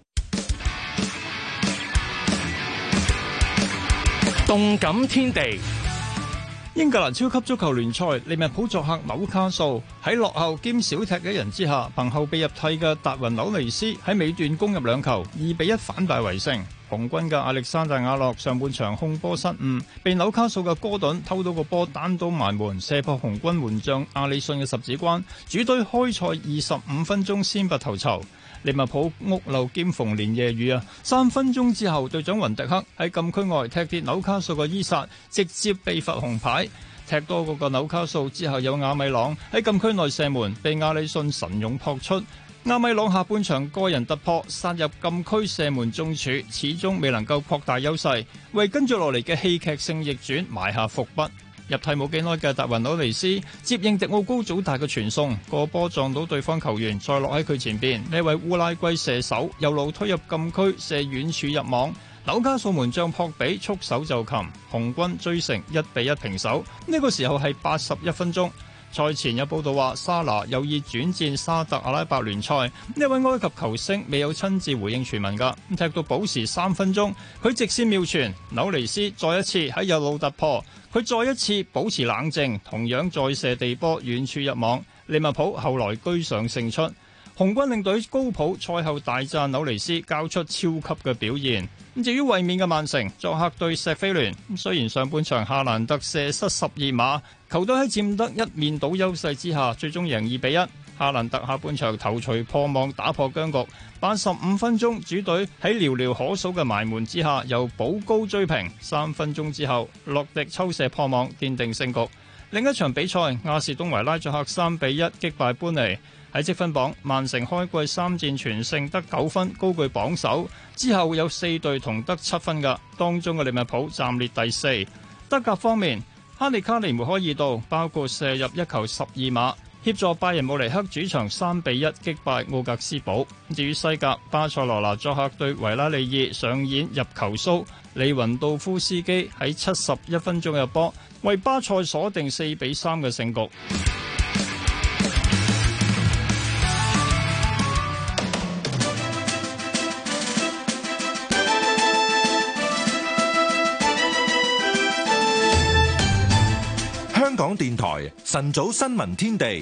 動感天地，英格蘭超級足球聯賽，利物浦作客紐卡素，喺落後兼少踢一人之下，憑後備入替嘅達雲紐尼斯喺尾段攻入兩球，二比一反敗為勝。紅軍嘅亞歷山大亞洛上半場控波失誤，被紐卡素嘅哥頓偷到個波單刀埋門，射破紅軍門將阿里遜嘅十指關。主隊開賽二十五分鐘先拔頭籌，利物浦屋漏兼逢連夜雨啊！三分鐘之後，隊長雲迪克喺禁區外踢跌紐卡素嘅伊薩，直接被罰紅牌。踢多嗰個紐卡素之後，有亞米朗喺禁區內射門，被阿里遜神勇撲出。亞米朗下半場個人突破殺入禁區射門中柱，始終未能夠擴大優勢，為跟住落嚟嘅戲劇性逆轉埋下伏筆。入替冇幾耐嘅達雲紐尼斯接應迪奧高祖達嘅傳送，個波撞到對方球員，再落喺佢前邊。呢位烏拉圭射手右路推入禁區射遠處入網，紐卡素門將撲比束手就擒，紅軍追成一比一平手。呢、這個時候係八十一分鐘。賽前有報道話，沙拿有意轉戰沙特阿拉伯聯賽，呢位埃及球星未有親自回應傳聞㗎。咁踢到補時三分鐘，佢直線妙傳，紐尼斯再一次喺右路突破，佢再一次保持冷靜，同樣再射地波遠處入網。利物浦後來居上勝出。紅軍領隊高普賽後大讚紐尼斯交出超級嘅表現。至於衛冕嘅曼城作客對錫菲聯，雖然上半場夏蘭特射失十二碼，球隊喺佔得一面倒優勢之下，最終贏二比一。夏蘭特下半場頭槌破網打破僵局，八十五分鐘主隊喺寥寥可數嘅埋門之下，由保高追平。三分鐘之後，洛迪抽射破網，奠定勝局。另一場比賽，亞士東維拉作客三比一擊敗般尼。喺積分榜，曼城開季三戰全勝得九分，高居榜首。之後有四隊同得七分㗎，當中嘅利物浦暫列第四。德甲方面，哈利卡尼梅開二度，包括射入一球十二碼，協助拜仁慕尼黑主場三比一擊敗奧格斯堡。至於西甲，巴塞羅那作客對維拉利爾上演入球騷，利雲道夫斯基喺七十一分鐘入波，為巴塞鎖定四比三嘅勝局。 香港電台晨早新聞天地，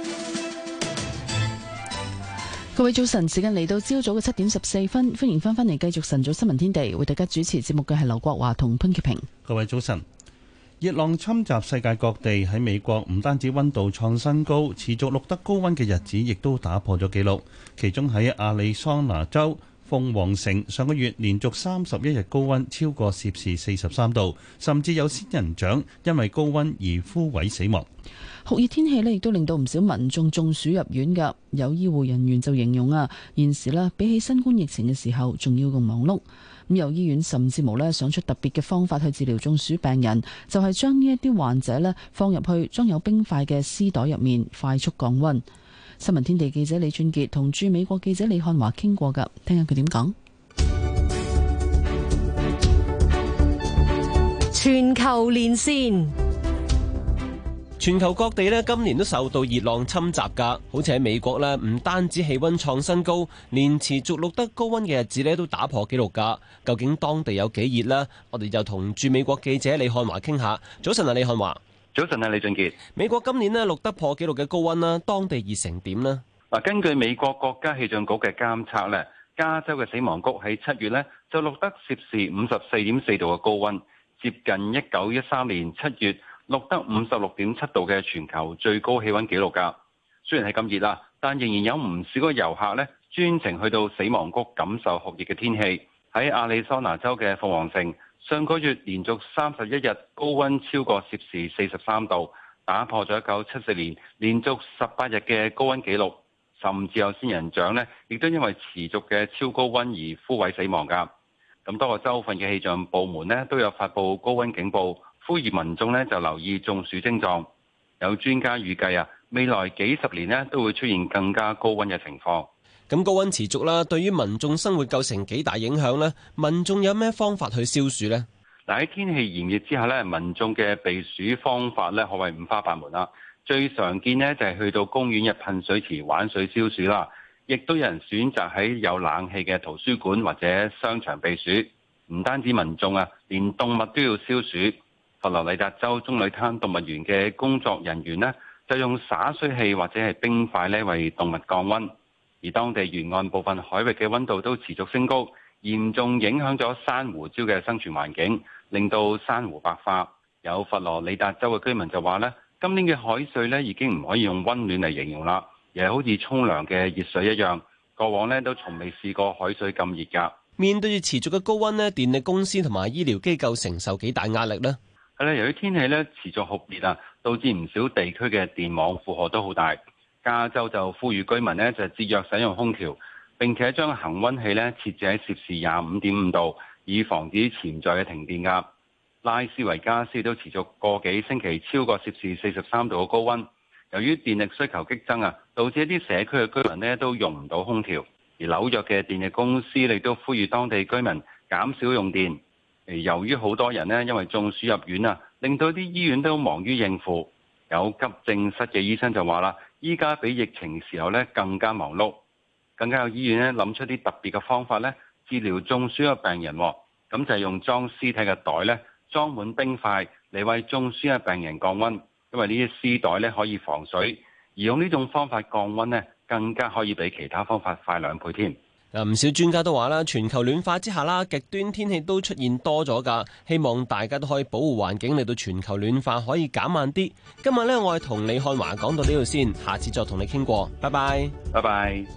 各位早晨，時間嚟到朝早嘅七點十四分，歡迎翻返嚟繼續晨早新聞天地，為大家主持節目嘅係劉國華同潘潔平。 各位早晨。 熱浪侵襲世界各地，喺美國唔單止溫度創新高，持續錄得高溫嘅日子亦都打破咗紀錄。其中喺亞利桑那州鳳凰城，上個月連續三十一日高溫超過攝氏四十三度，甚至有仙人掌因為高溫而枯萎死亡。 酷熱天氣呢亦都令到唔少民眾中暑入院㗎。有醫護人員就形容啊，現時呢比起新冠疫情嘅時候仲要更忙碌。咁有醫院甚至無呢想出特別嘅方法去治療中暑病人，就係將呢一啲患者呢放入去裝有冰塊嘅絲袋入面，快速降溫。新聞天地記者李俊傑同駐美國記者李漢華傾過㗎，聽下佢點講。 全球連線。 全球各地咧今年都受到熱浪侵襲㗎，好似喺美國咧，唔單止氣溫創新高，連持續錄得高溫嘅日子咧都打破紀錄㗎。究竟當地有幾熱呢？我哋就同駐美國記者李漢華傾下。早晨啊，李漢華。 早晨啊，李俊傑。 美國今年咧錄得破紀錄嘅高溫啦，當地熱成點呢？ 嗱，根據美國國家氣象局嘅監測咧，加州嘅死亡谷喺七月咧就錄得攝氏五十四點四度嘅高溫，接近一九一三年七月錄得五十六點七度嘅全球最高氣溫紀錄㗎。雖然係咁熱啦，但仍然有唔少個遊客咧專程去到死亡谷感受酷熱嘅天氣。喺亞利桑那州嘅鳳凰城，上個月連續三十一日高溫超過攝氏四十三度，打破咗一九七四年連續十八日嘅高溫紀錄。甚至有仙人掌咧，亦都因為持續嘅超高溫而枯萎死亡㗎。咁多個州份嘅氣象部門咧都有發布高溫警報，呼籲民眾咧就留意中暑症狀。有專家預計啊，未來幾十年咧都會出現更加高溫嘅情況。 咁高溫持續啦，對於民眾生活構成幾大影響呢？民眾有咩方法去消暑呢？ 嗱，喺天氣炎熱之下咧，民眾嘅避暑方法咧可謂五花八門啦。最常見呢，就係去到公園入噴水池玩水消暑啦，亦都有人選擇喺有冷氣嘅圖書館或者商場避暑。唔單止民眾啊，連動物都要消暑。佛羅里達州棕櫚灘動物園嘅工作人員呢，就用灑水器或者係冰塊咧為動物降溫。而當地沿岸部分海域嘅溫度都持續升高，嚴重影響咗珊瑚礁嘅生存環境，令到珊瑚白化。有佛羅里達州嘅居民就話呢，今年嘅海水咧已經唔可以用溫暖嚟形容啦，而係好似沖涼嘅熱水一樣。過往咧都從未試過海水咁熱㗎。 面對住持續嘅高溫咧，電力公司同埋醫療機構承受幾大壓力呢？ 係啦，由於天氣咧持續酷熱啊，導致唔少地區嘅電網負荷都好大。加州就呼籲居民呢就節約使用空調，並且將恆溫器咧設置喺攝氏廿五點五度，以防止潛在嘅停電㗎。拉斯維加斯都持續個幾星期超過攝氏四十三度嘅高溫。由於電力需求激增啊，導致一啲社區嘅居民呢都用唔到空調。而紐約嘅電力公司亦都呼籲當地居民減少用電。而由於好多人呢因為中暑入院啊，令到啲醫院都忙於應付。有急症室嘅醫生就話啦，依家比疫情時候咧更加忙碌，更加有醫院咧諗出啲特別嘅方法咧治療中暑嘅病人。咁就係用裝屍體嘅袋咧裝滿冰塊嚟為中暑嘅病人降溫，因為呢啲屍袋咧可以防水，而用呢種方法降溫咧更加可以比其他方法快兩倍添。 嗱，唔少專家都話啦，全球暖化之下啦，極端天氣都出現多咗㗎。希望大家都可以保護環境，令到全球暖化可以減慢啲。今日呢，我係同李漢華講到呢度先，下次再同你傾過。拜拜， 拜拜。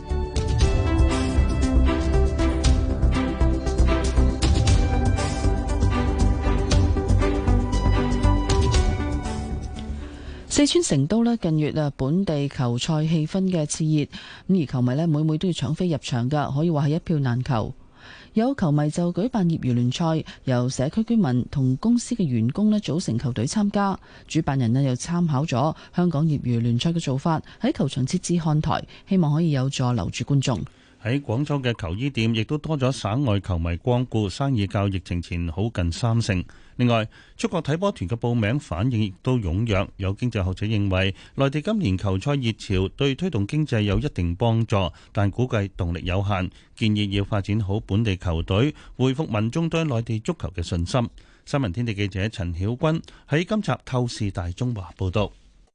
四川成都咧近月啊，本地球賽氣氛嘅熾熱，咁而球迷咧每每都要搶飛入場噶，可以話係一票難求。有球迷就舉辦業餘聯賽，由社區居民同公司嘅員工咧組成球隊參加。主辦人咧又參考咗香港業餘聯賽嘅做法，喺球場設置看台，希望可以有助留住觀眾。 喺廣州嘅球衣店亦都多咗省外球迷光顧，生意較疫情前好近三成。另外，出國睇波團嘅報名反應亦都踴躍。有經濟學者認為，內地今年球賽熱潮對推動經濟有一定幫助，但估計動力有限，建議要發展好本地球隊，恢復民眾對內地足球嘅信心。新聞天地記者陳曉君喺今集透視大中華報道。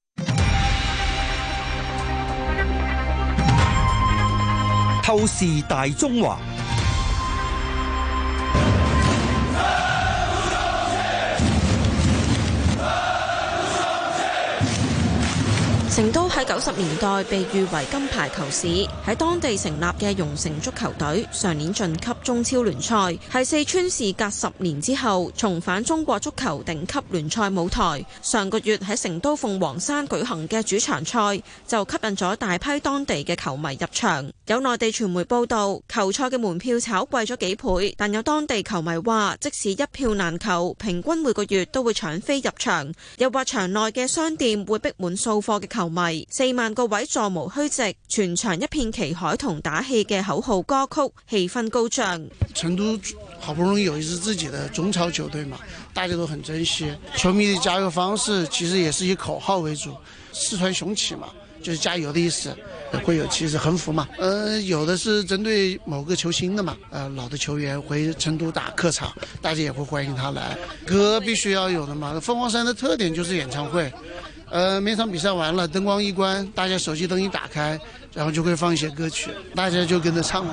透視大中華。 成都喺九十年代被譽為金牌球市，喺當地成立嘅蓉城足球隊上年晉級中超聯賽，係四川事隔十年之後重返中國足球頂級聯賽舞台。上個月喺成都鳳凰山舉行嘅主場賽就吸引咗大批當地嘅球迷入場。有內地傳媒報道，球賽嘅門票炒貴咗幾倍，但有當地球迷話，即使一票難求，平均每個月都會搶飛入場。又話場內嘅商店會逼滿掃貨嘅球迷，四萬個位座無虛席，全場一片旗海同打氣嘅口號歌曲，氣氛高漲。 成都好不容易有一支自己的中超球隊嘛，大家都很珍惜。球迷的加油方式其實也是以口號為主，四川雄起嘛，就是加油的意思。會有其實橫幅嘛，呃，有的是針對某個球星的嘛，呃，老的球員回成都打客場，大家也會歡迎他來。歌必須要有的嘛，鳳凰山的特點就是演唱會，呃，每場比賽完了，燈光一關，大家手機燈一打開，然後就會放一些歌曲，大家就跟着唱。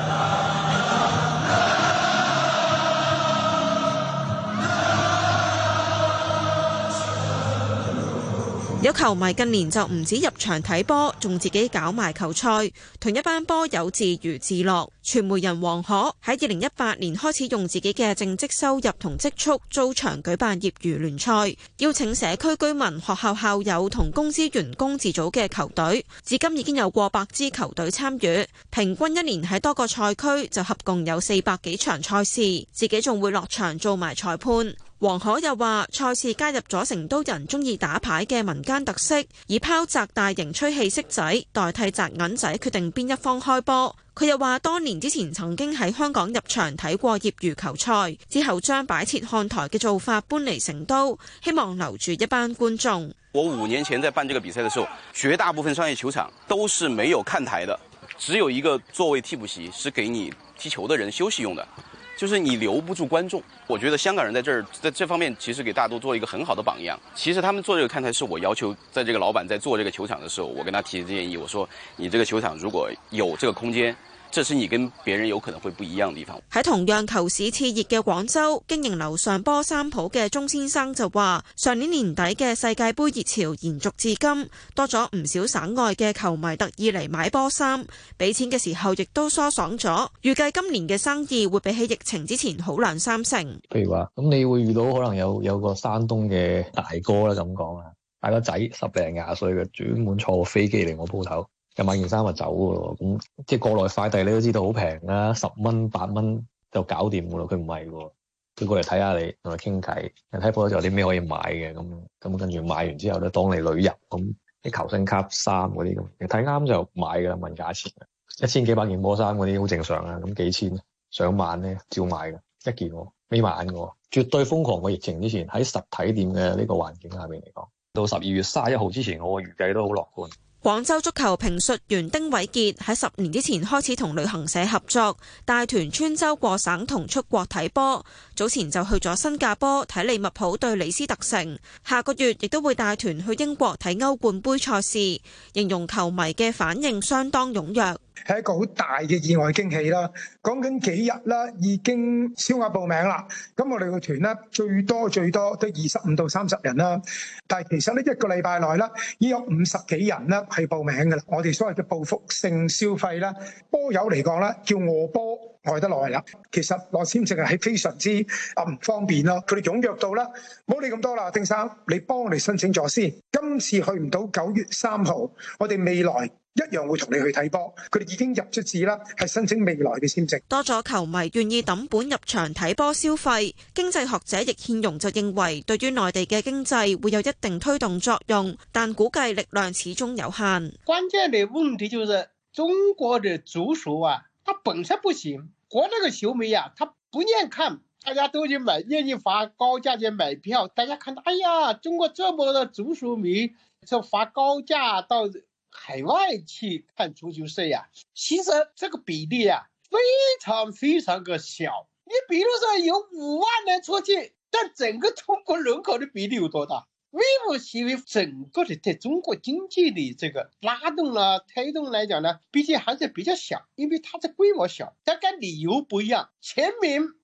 有球迷近年就唔止入場睇波，仲自己搞埋球賽，同一班波友自娛自樂。傳媒人黃可喺二零一八年開始用自己嘅正職收入同積蓄租場舉辦業餘聯賽，邀請社區居民、學校校友同公司員工自組嘅球隊，至今已經有過百支球隊參與，平均一年喺多個賽區就合共有四百幾場賽事，自己仲會落場做埋裁判。黃可又話，賽事加入咗成都人中意打牌嘅民間特色，以拋擲大型吹氣骰仔代替擲銀仔，決定邊一方開波。佢又話，多年之前曾經喺香港入場睇過業餘球賽，之後將擺設看台嘅做法搬嚟成都，希望留住一班觀眾。 我五年前在辦這個比賽的時候，絕大部分商業球場都是沒有看台的，只有一個座位替補席是給你踢球的人休息用的。就是你留不住觀眾，我覺得香港人在這兒在這方面其實給大家都做一個很好的榜樣。其實他們做這個看台是我要求，在這個老闆在做這個球場的時候，我跟他提的建議，我說你這個球場如果有這個空間，這是你跟別人有可能會不一樣的地方。 喺同樣球市熾熱嘅廣州，經營樓上波衫鋪嘅鐘先生就話，上年年底嘅世界盃熱潮延續至今，多咗唔少省外嘅球迷特意嚟買波衫，俾錢嘅時候亦都疏爽咗。預計今年嘅生意會比起疫情之前好兩三成。 譬如話，咁你會遇到可能有有個山東嘅大哥啦，咁講啊，大個仔十零廿歲嘅，專門坐個飛機嚟我鋪頭。又買件衫就走噶咯，咁即係國內快遞你都知道好平啦，十蚊八蚊就搞掂噶咯。佢唔係噶，佢過嚟睇下你，同佢傾偈，睇鋪頭有啲咩可以買嘅，咁咁跟住買完之後咧，當你旅遊咁啲球星卡衫嗰啲咁，你睇啱就買噶啦，問價錢，一千幾百件波衫嗰啲好正常啊，咁幾千上萬咧照買噶，一件喎尾晚嘅，絕對瘋狂過疫情之前喺實體店嘅呢個環境下面嚟講，到十二月三十一號之前，我預計都好樂觀。 廣州足球評述員丁偉傑喺十年之前開始同旅行社合作，帶團穿州過省同出國睇波。早前就去咗新加坡睇利物浦對李斯特城，下個月亦都會帶團去英國睇歐冠杯賽事。形容球迷嘅反應相當踴躍， 係一個好大嘅意外驚喜啦！講緊幾日啦，已經超額報名啦。咁我哋個團呢，最多最多都二十五到三十人啦。但係其實呢一個禮拜內啦，已有五十幾人啦係報名㗎啦。我哋所謂嘅報復性消費啦，波友嚟講啦，叫餓波餓得耐啦。其實攞簽證係非常之啊唔方便咯。佢哋踴躍到啦，冇理咁多啦，丁生，你幫我哋申請咗先。今次去唔到九月三號，我哋未來一樣會同你去睇波，佢哋已經入咗字啦，係申請未來嘅簽證。 多咗球迷願意抌本入場睇波消費，經濟學者易憲容就認為，對於內地嘅經濟會有一定推動作用，但估計力量始終有限。 關鍵的問題就是中國的足球啊，它本身不行，國內嘅球迷啊，他不願看，大家都去買，願意花高價錢買票。大家看到，哎呀，中國這麼多足球迷，就花高價到海外去看足球賽呀，其實這個比例啊非常非常的小。你比如說有五萬人出去，但整個中國人口的比例有多大？微乎其微，整個的在中國經濟的這個拉動啦、推動來講呢，畢竟還是比較小，因為它的規模小，大概理由不一樣。全民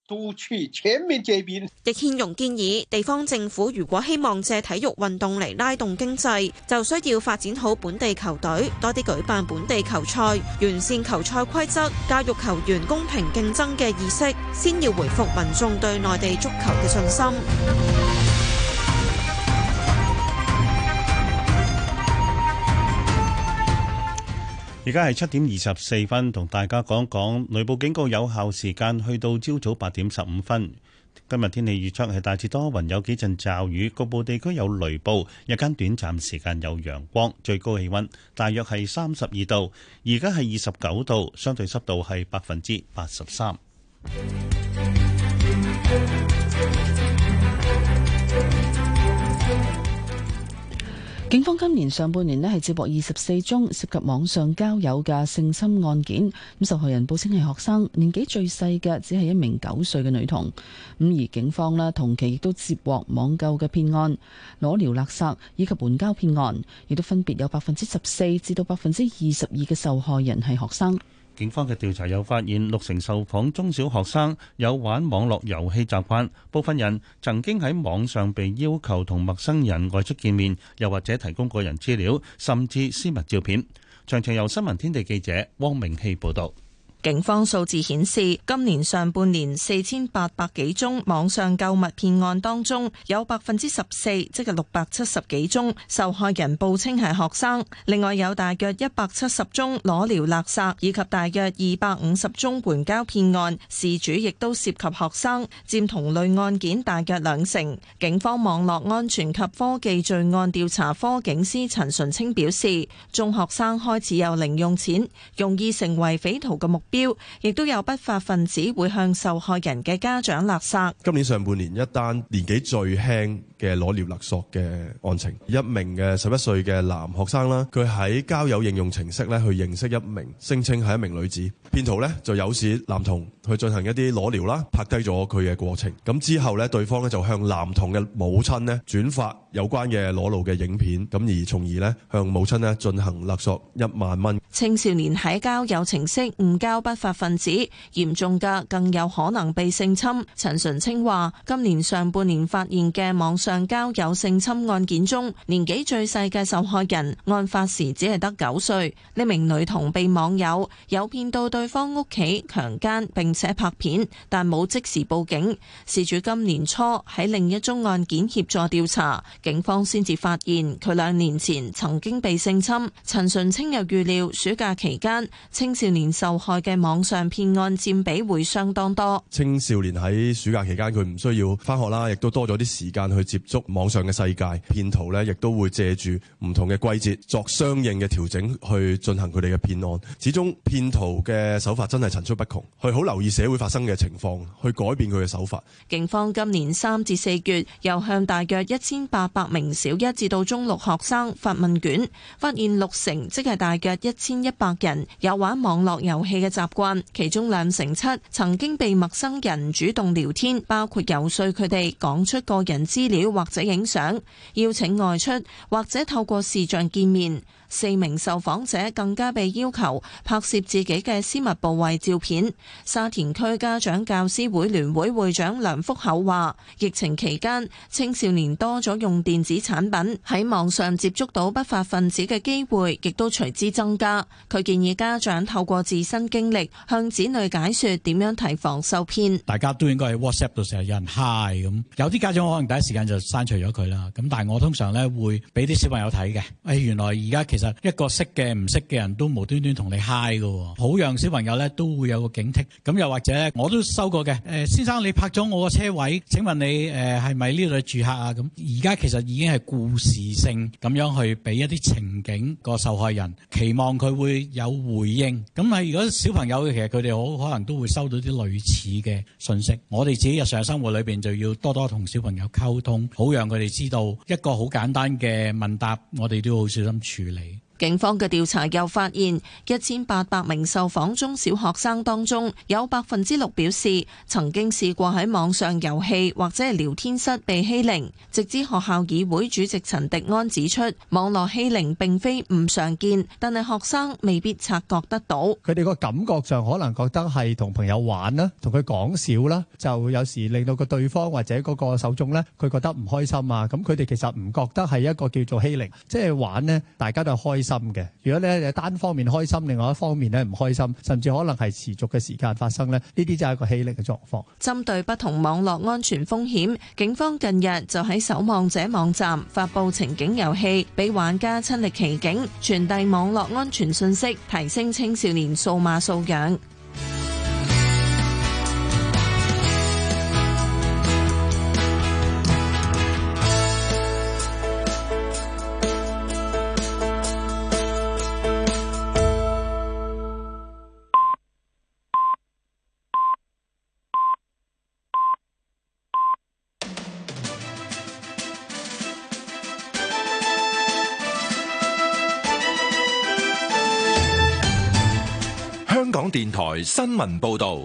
都去全面戒邊。 易憲容建議地方政府如果希望借體育運動嚟拉動經濟，就需要發展好本地球隊，多啲舉辦本地球賽，完善球賽規則，教育球員公平競爭嘅意識，先要回復民眾對內地足球嘅信心。 而家係七點二十四分，同大家講講雷暴警告有效時間去到朝早八點十五分。今日天氣預測係大致多雲，有幾陣驟雨，局部地區有雷暴，日間短暫時間有陽光，最高氣溫大約係三十二度。而家係二十九度，相對濕度係百分之八十三。 警方今年上半年咧係接獲二十四宗涉及網上交友嘅性侵案件，咁受害人報稱係學生，年紀最細嘅只係一名九歲嘅女童。咁而警方咧同期亦都接獲網購嘅騙案、裸聊勒索以及援交騙案，亦都分別有百分之十四至到百分之二十二嘅受害人係學生。 警方嘅調查又發現，六成受訪中小學生有玩網絡遊戲習慣，部分人曾經喺網上被要求同陌生人外出見面，又或者提供個人資料，甚至私密照片。詳情由新聞天地記者汪明希報導。 警方數字顯示，今年上半年四千八百幾宗網上購物騙案當中，有百分之十四，即係六百七十幾宗受害人報稱係學生。另外有大約一百七十宗裸聊勒索，以及大約二百五十宗援交騙案，事主亦都涉及學生，佔同類案件大約兩成。警方網絡安全及科技罪案調查科警司陳純清表示，中學生開始有零用錢，容易成為匪徒嘅目標，亦都有不法分子會向受害人嘅家長勒索。 今年上半年一單年紀最輕嘅裸聊勒索嘅案情，一名嘅十一歲嘅男學生啦，佢喺交友應用程式咧去認識一名聲稱係一名女子，騙徒咧就誘使男童去進行一啲裸聊啦，拍低咗佢嘅過程。咁之後咧，對方咧就向男童嘅母親咧轉發有關嘅裸露嘅影片，咁而從而咧向母親咧進行勒索一萬蚊。 青少年喺交友程式誤交不法分子，嚴重嘅更有可能被性侵。陳純清話，今年上半年發現嘅網上交友性侵案件中，年紀最細嘅受害人案發時只係得九歲。呢名女童被網友誘騙到對方屋企強姦並且拍片，但冇即時報警。事主今年初喺另一宗案件協助調查，警方先至發現佢兩年前曾經被性侵。陳純清又預料暑假期間青少年受害嘅網上騙案佔比會相當多。 青少年喺暑假期間佢唔需要返學啦，亦都多咗啲時間去接觸網上嘅世界。騙徒呢亦都會借住唔同嘅季節作相應嘅調整去進行佢哋嘅騙案。始終騙徒嘅手法真係層出不窮，去好留意社會發生嘅情況，去改變佢嘅手法。 警方今年三至四月又向大約一千八百名小一至到中六學生發問卷，發現六成，即係大約一千一百人有玩網絡遊戲嘅習慣，其中兩成七曾經被陌生人主動聊天，包括遊說佢哋講出個人資料或者影相，邀請外出或者透過視像見面。四名受訪者更加被要求拍攝自己嘅私密部位照片。沙田區家長教師會聯會會長梁福厚話，疫情期間青少年多咗用電子產品，喺網上接觸到不法分子嘅機會亦都隨之增加。佢建議家長透過自身經歷向子女解說點樣提防受騙。 大家都應該喺 WhatsApp 度成日有人 hi 咁，有啲家長可能第一時間就刪除咗佢啦。咁但係我通常咧會俾啲小朋友睇嘅，誒原來而家其實其實一個識嘅唔識嘅人都無端端同你 hi 嘅，好讓小朋友咧都會有個警惕。咁又或者咧，我都收過嘅。誒、呃，先生你泊咗我個車位，請問你誒係咪呢度住客啊？咁而家其實已經係故事性咁樣去俾一啲情景個受害人，期望佢會有回應。咁係如果小朋友其實佢哋好可能都會收到啲類似嘅信息。我哋自己日常生活裏邊就要多多同小朋友溝通，好讓佢哋知道一個好簡單嘅問答，我哋都好小心處理。 警方嘅調查又發現，一千八百名受訪中小學生當中，有百分之六表示曾經試過喺網上遊戲或者係聊天室被欺凌。直資學校議會主席陳迪安指出，網絡欺凌並非唔常見，但係學生未必察覺得到。 佢哋個感覺上可能覺得係同朋友玩啦，同佢講笑啦，就有時令到個對方或者嗰個受眾呢，佢覺得唔開心啊。咁佢哋其實唔覺得係一個叫做欺凌，即係玩呢，大家都係開心嘅。如果咧單方面開心，另外一方面咧唔開心，甚至可能係持續嘅時間發生咧，呢啲就係一個欺凌嘅狀況。 針對不同網絡安全風險，警方近日就喺守望者網站發布情景遊戲，俾玩家親歷其境，傳遞網絡安全信息，提升青少年數碼素養。 香港電台新聞報道，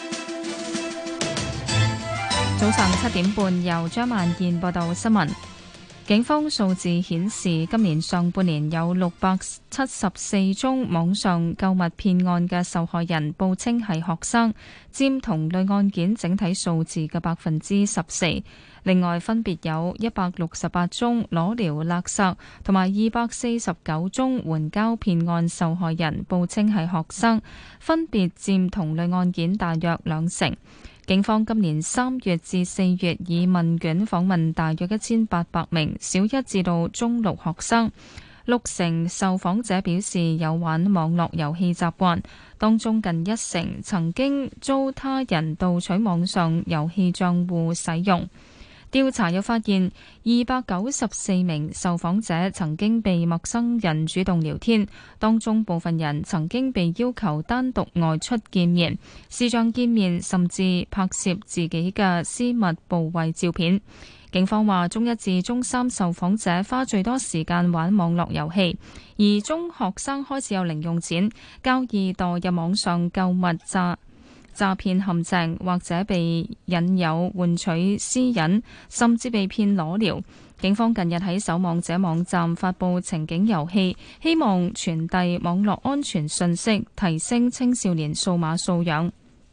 早上七點半由張萬燕報道新聞。警方數字顯示，今年上半年有六百七十四宗網上購物騙案嘅受害人報稱係學生，佔同類案件整體數字嘅百分之十四。另外，分別有一百六十八宗裸聊勒索同埋二百四十九宗援交騙案受害人報稱係學生，分別佔同類案件大約兩成。警方今年三月至四月以問卷訪問大約一千八百名小一至到中六學生，六成受訪者表示有玩網絡遊戲習慣，當中近一成曾經遭他人盜取網上遊戲賬戶使用。調查又發現，二百九十四名受訪者曾經被陌生人主動聊天，當中部分人曾經被要求單獨外出見面，視像見面甚至拍攝自己嘅私密部位照片。警方話，中一至中三受訪者花最多時間玩網絡遊戲，而中學生開始有零用錢，較易墮入網上購物詐詐騙陷阱，或者被引誘換取私隱，甚至被騙裸聊。警方近日喺守望者網站發布情景遊戲，希望傳遞網絡安全信息，提升青少年數碼素養。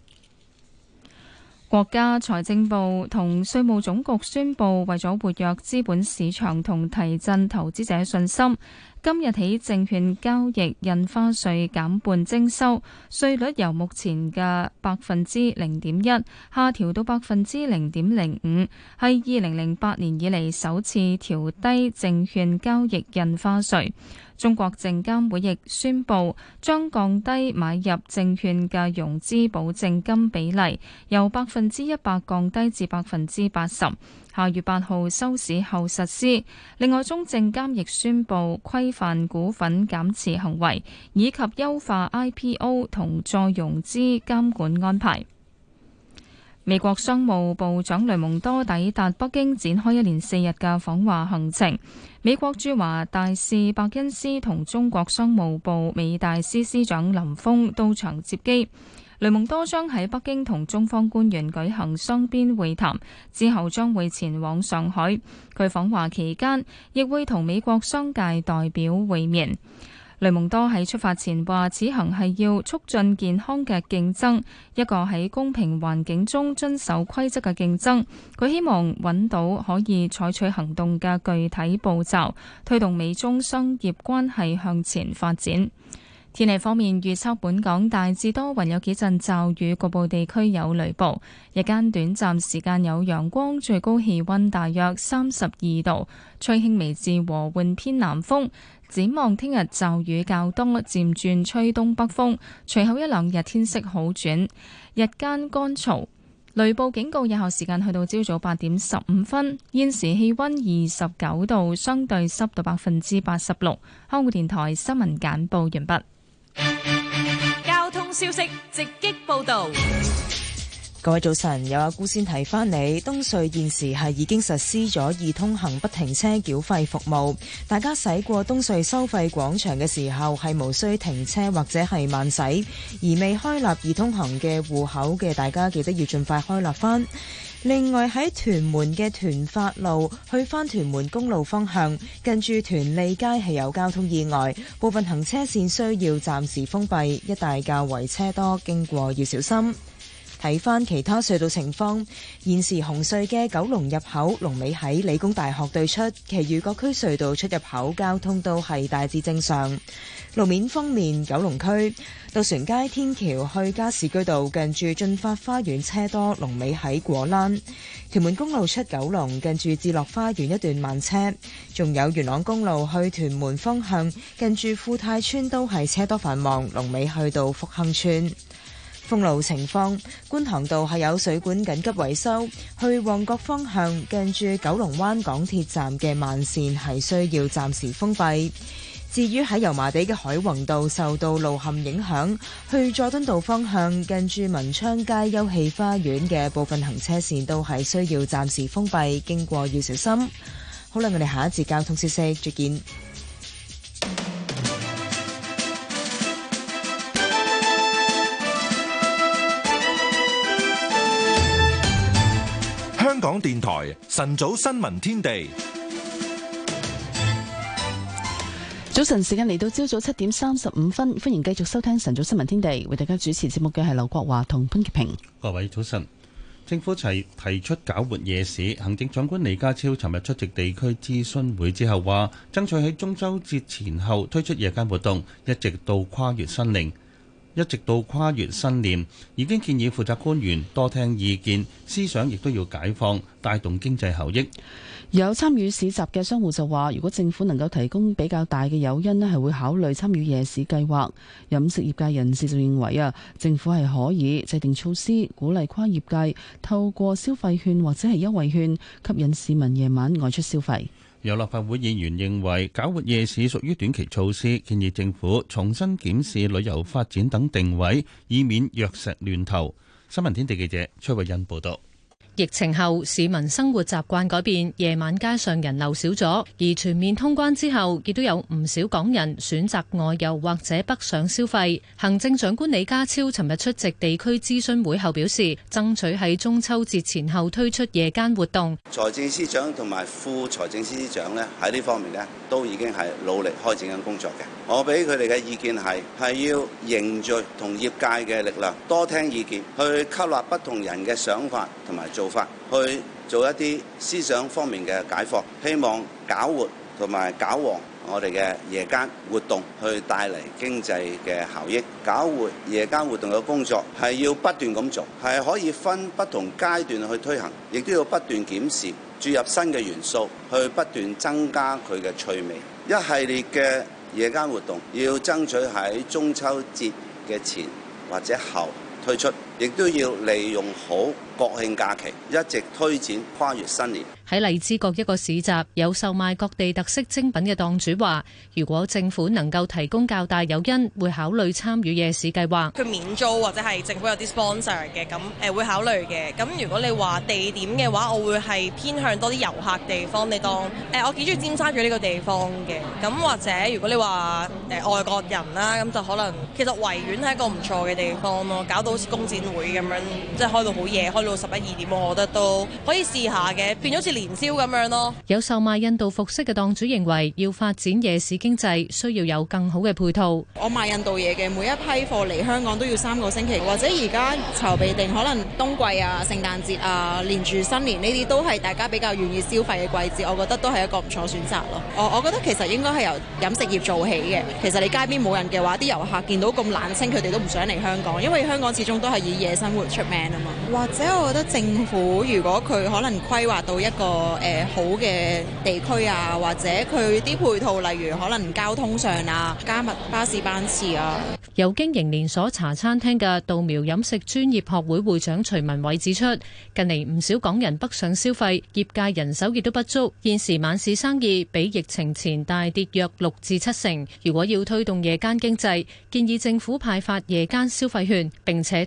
國家財政部同稅務總局宣布，為咗活躍資本市場同提振投資者信心，今日起證券交易印花稅減半徵收，稅率由目前嘅百分之零點一下調到百分之零點零五，係二零零八年以嚟首次調低證券交易印花稅。中國證監會亦宣布將降低買入證券嘅融資保證金比例，由百分之一百降低至百分之八十，下月八號收市後實施。另外，中證監亦宣布規範股份減持行為，以及優化 I P O 同再融資監管安排。美國商務部長雷蒙多抵達北京，展開一連四日嘅訪華行程。美國駐華大使伯恩斯同中國商務部美大司司長林峰到場接機。雷蒙多將喺北京同中方官員舉行雙邊會談，之後將會前往上海。佢訪華期間亦會同美國商界代表會面。雷蒙多喺出發前話，此行係要促進健康嘅競爭，一個喺公平環境中遵守規則嘅競爭。佢希望揾到可以採取行動嘅具體步驟，推動美中商業關係向前發展。天氣方面預測，本港大致多雲，有幾陣驟雨，局部地區有雷暴。日間短暫時間有陽光，最高氣溫大約三十二度，吹輕微至和緩偏南風。展望聽日驟雨較多，漸轉吹東北風，隨後一兩日天色好轉，日間乾燥。雷暴警告有效時間去到朝早八點十五分。現時氣溫二十九度，相對濕度百分之八十六。香港電台新聞簡報完畢。 交通消息直擊報道。 各位早晨，有阿姑先提翻你，東隧現時係已經實施咗易通行不停車繳費服務，大家駛過東隧收費廣場嘅時候係無需停車或者係慢駛，而未開立易通行嘅戶口嘅大家記得要盡快開立翻。另外喺屯門嘅屯發路去返屯門公路方向，近住屯利街係有交通意外，部分行車線需要暫時封閉，一帶較為車多，經過要小心。睇返其他隧道情況，現時紅隧嘅九龍入口龍尾喺理工大學對出，其餘各區隧道出入口交通都係大致正常。路面方面，九龍區渡船街天橋去加士居道近住進發花園車多，龍尾喺果欄。屯門公路出九龍近住置樂花園一段慢車，仲有元朗公路去屯門方向近住富泰村都係車多繁忙，龍尾去到福亨村。封路情況，觀塘道係有水管緊急維修，去旺角方向近住九龍灣港鐵站嘅慢線係需要暫時封閉。至於喺油麻地嘅海泓道受到路陷影響，去佐敦道方向近住文昌街休憩花園嘅部分行車線都係需要暫時封閉，經過要小心。好啦，我哋下一節交通消息再見。 香港電台晨早新聞天地， 早晨時間嚟到朝早七點三十五分，歡迎繼續收聽晨早新聞天地，為大家主持節目嘅係劉國華同潘潔平。 各位早晨，政府齊提出搞活夜市，行政長官李家超尋日出席地區諮詢會之後話，爭取喺中秋節前後推出夜間活動，一直到跨越新年。一直到跨越新年，已經建議負責官員多聽意見，思想亦都要解放，帶動經濟效益。 有參與市集嘅商戶就話，如果政府能夠提供比較大嘅誘因咧，係會考慮參與夜市計劃。飲食業界人士就認為啊，政府係可以制定措施，鼓勵跨業界透過消費券或者係優惠券，吸引市民夜晚外出消費。 有立法會議員認為搞活夜市屬於短期措施，建議政府重新檢視旅遊發展等定位，以免藥石亂投。新聞天地記者崔慧欣報道。 疫情後，市民生活習慣改變，夜晚街上人流少咗，而全面通關之後，亦都有唔少港人選擇外遊或者北上消費。行政長官李家超尋日出席地區諮詢會後表示，爭取喺中秋節前後推出夜間活動。 財政司長同埋副財政司司長呢，喺呢方面呢，都已經係努力開展緊工作嘅。我俾佢哋嘅意見係係要凝聚同業界嘅力量，多聽意見，去吸納不同人嘅想法同埋做法，去做一啲思想方面嘅解放，希望搞活同埋搞旺我哋嘅夜間活動，去帶嚟經濟嘅效益。搞活夜間活動嘅工作係要不斷咁做，係可以分不同階段去推行，亦都要不斷檢視，注入新嘅元素，去不斷增加佢嘅趣味。一系列嘅夜間活動要爭取喺中秋節嘅前或者後推出，亦都要利用好國慶假期，一直推展跨越新年。 喺荔枝角一個市集，有售賣各地特色精品嘅檔主話，如果政府能夠提供較大誘因，會考慮參與夜市計劃。 佢免租或者係政府有啲 sponsor 嘅，咁誒會考慮嘅。咁如果你話地點嘅話，我會係偏向多啲遊客地方。你當誒我幾中意尖沙咀呢個地方嘅。咁或者如果你話誒外國人啦，咁就可能其實維園係一個唔錯嘅地方咯。搞到好似工展會咁樣，即係開到好夜，開到十一二點，我覺得都可以試下嘅，變咗好似年宵咁樣咯。 有售賣印度服飾嘅檔主認為，要發展夜市經濟，需要有更好嘅配套。 我賣印度嘢嘅，每一批貨嚟香港都要三個星期，或者而家籌備定可能冬季啊、聖誕節啊、連住新年呢啲都係大家比較願意消費嘅季節，我覺得都係一個唔錯選擇咯。我我覺得其實應該係由飲食業做起嘅。其實你街邊冇人嘅話，啲遊客見到咁冷清，佢哋都唔想嚟香港，因為香港始終都係以夜生活出名啊嘛。或者我覺得政府如果佢可能規劃到一個誒、呃、好嘅地區啊，或者佢啲配套，例如可能交通上啊，加密巴士班次啊。 有經營連鎖茶餐廳嘅稻苗飲食專業學會會長徐文偉指出，近嚟唔少港人北上消費，業界人手亦都不足，現時晚市生意比疫情前大跌約六至七成。如果要推動夜間經濟，建議政府派發夜間消費券，並且推動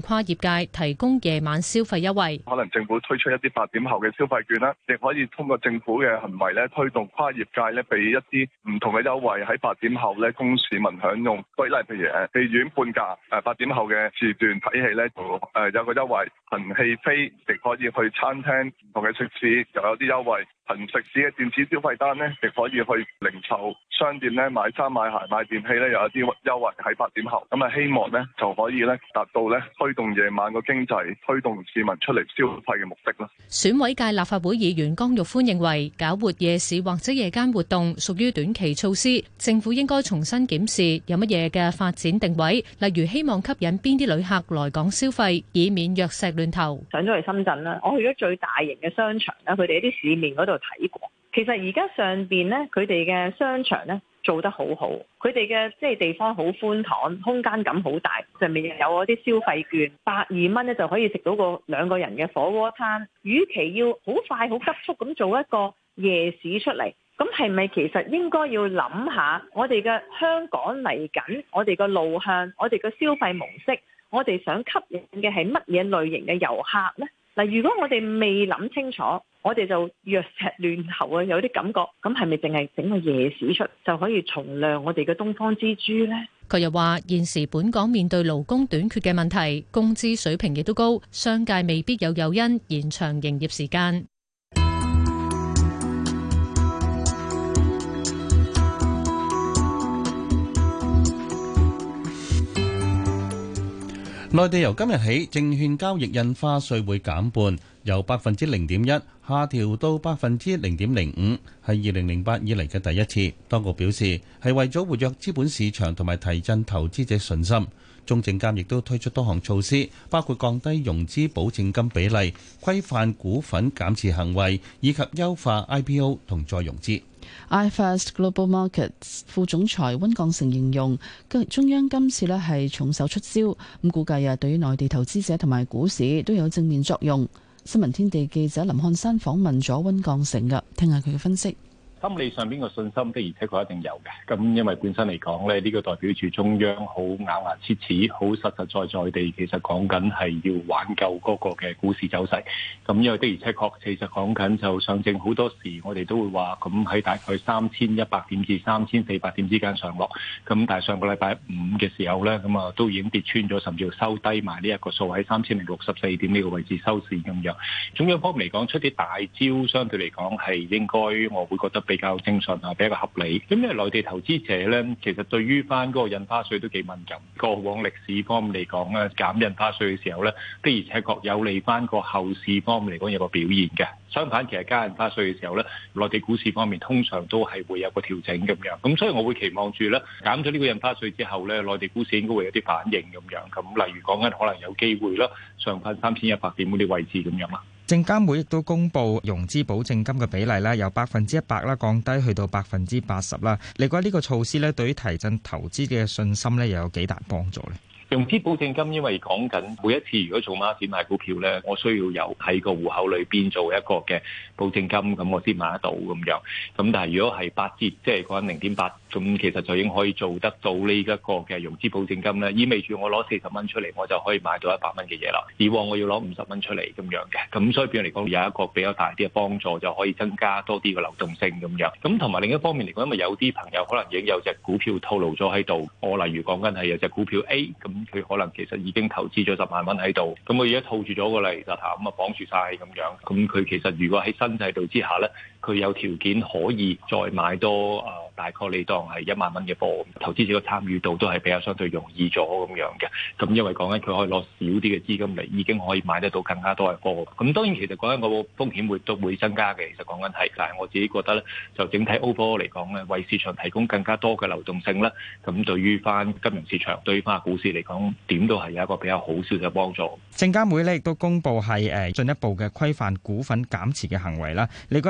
跨業界提供夜晚消費優惠。 可能政府推出一啲八點後嘅消費券啦，亦可以通過政府嘅行為咧，推動跨業界咧，俾一啲唔同嘅優惠喺八點後咧，供市民享用。舉例譬如誒戲院半價，誒八點後嘅時段睇戲咧，就誒有個優惠。憑戲飛亦可以去餐廳唔同嘅食肆又有啲優惠。憑食肆嘅電子消費單咧，亦可以去零售商店咧買衫買鞋買電器咧，又有啲優惠喺八點後。咁啊，希望咧就可以咧達到咧推動夜晚個經濟，推動市民出嚟消費嘅目的啦。 選委界立法會議員江玉歡認為，搞活夜市或者夜間活動屬於短期措施，政府應該重新檢視有乜嘢嘅發展定位，例如希望吸引邊啲旅客來港消費，以免藥石亂投。 上咗去深圳啦，我去咗最大型嘅商場啦，佢哋一啲市面嗰度睇過，其實而家上邊咧，佢哋嘅商場咧做得好好，佢哋嘅即係地方好寬敞，空間感好大，上面又有嗰啲消費券，百二蚊咧就可以食到個兩個人嘅火鍋餐。與其要好快好急速咁做一個夜市出嚟，咁係咪其實應該要諗下我哋嘅香港嚟緊，我哋嘅路向，我哋嘅消費模式，我哋想吸引嘅係乜嘢類型嘅遊客呢？嗱，如果我哋未諗清楚，我哋就藥石亂投啊，有啲感覺，咁係咪淨係整個夜市出就可以重亮我哋嘅東方之珠呢？ 佢又話：現時本港面對勞工短缺嘅問題，工資水平亦都高，商界未必有誘因延長營業時間。 內地由今日起，證券交易印花稅會減半，由百分之零點一下調到百分之零點零五，係二零零八以嚟嘅第一次。當局表示係為咗活躍資本市場同埋提振投資者信心。中證監亦都推出多項措施，包括降低融資保證金比例、規範股份減持行為，以及優化 I P O 同再融資。 iFast Global Markets 副總裁温鋼成形容，中央今次咧係重手出招，咁估計啊對於內地投資者同埋股市都有正面作用。新聞天地記者林漢山訪問咗温鋼成㗎，聽下佢嘅分析。 心理上邊個信心的而且確一定有嘅，咁因為本身嚟講咧，呢個代表住中央好咬牙切齒、好實實在在地，其實講緊係要挽救嗰個嘅股市走勢。咁因為的而且確，其實講緊就上證好多時，我哋都會話咁喺大概三千一百點至三千四百點之間上落。咁但係上個禮拜五嘅時候咧，咁啊都已經跌穿咗，甚至乎收低埋呢一個數喺三千零六十四點呢個位置收市咁樣。中央方面嚟講出啲大招，相對嚟講係應該，我會覺得比較正常啊，比較合理。咁因為內地投資者咧，其實對於翻嗰個印花稅都幾敏感。過往歷史方面嚟講咧，減印花稅嘅時候咧，的而且確有利翻個後市方面嚟講有個表現嘅。相反，其實加印花稅嘅時候咧，內地股市方面通常都係會有個調整咁樣。咁所以我會期望住咧，減咗呢個印花稅之後咧，內地股市應該會有啲反應咁樣。咁例如講緊可能有機會啦，上翻三千一百點嗰啲位置咁樣啦。 證監會亦都公布融資保證金嘅比例咧，由百分之一百啦降低去到百分之八十啦。你覺得呢個措施咧，對於提振投資嘅信心咧，又有幾大幫助咧？ 融資保證金因為講緊每一次如果做孖展買股票咧，我需要有喺個戶口裏邊做一個嘅保證金，咁我先買得到咁樣。咁但係如果係八折，即係講緊零點八，咁其實就已經可以做得到呢一個嘅融資保證金咧，意味住我攞四十蚊出嚟，我就可以買到一百蚊嘅嘢啦。以往我要攞五十蚊出嚟咁樣嘅，咁所以變嚟講有一個比較大啲嘅幫助，就可以增加多啲嘅流動性咁樣。咁同埋另一方面嚟講，因為有啲朋友可能已經有隻股票套路咗喺度，我例如講緊係有隻股票 A 咁。佢可能其實已經投資咗十萬蚊喺度，咁我而家套住咗個嚟就嚇，咁啊綁住晒咁樣。咁佢其實如果喺新制度之下咧，佢有條件可以再買多啊、呃，大概你當係一萬蚊嘅貨，投資者嘅參與度都係比較相對容易咗咁樣嘅。咁因為講緊佢可以攞少啲嘅資金嚟，已經可以買得到更加多嘅貨。咁當然其實講緊個風險會都會增加嘅。其實講緊係，但係我自己覺得咧，就整體 overall 嚟講咧，為市場提供更加多嘅流動性啦。咁對於翻金融市場，對於翻股市嚟講，點都係有一個比較好少嘅幫助。 證監會咧亦都公布係誒進一步嘅規範股份減持嘅行為啦。你覺得呢方面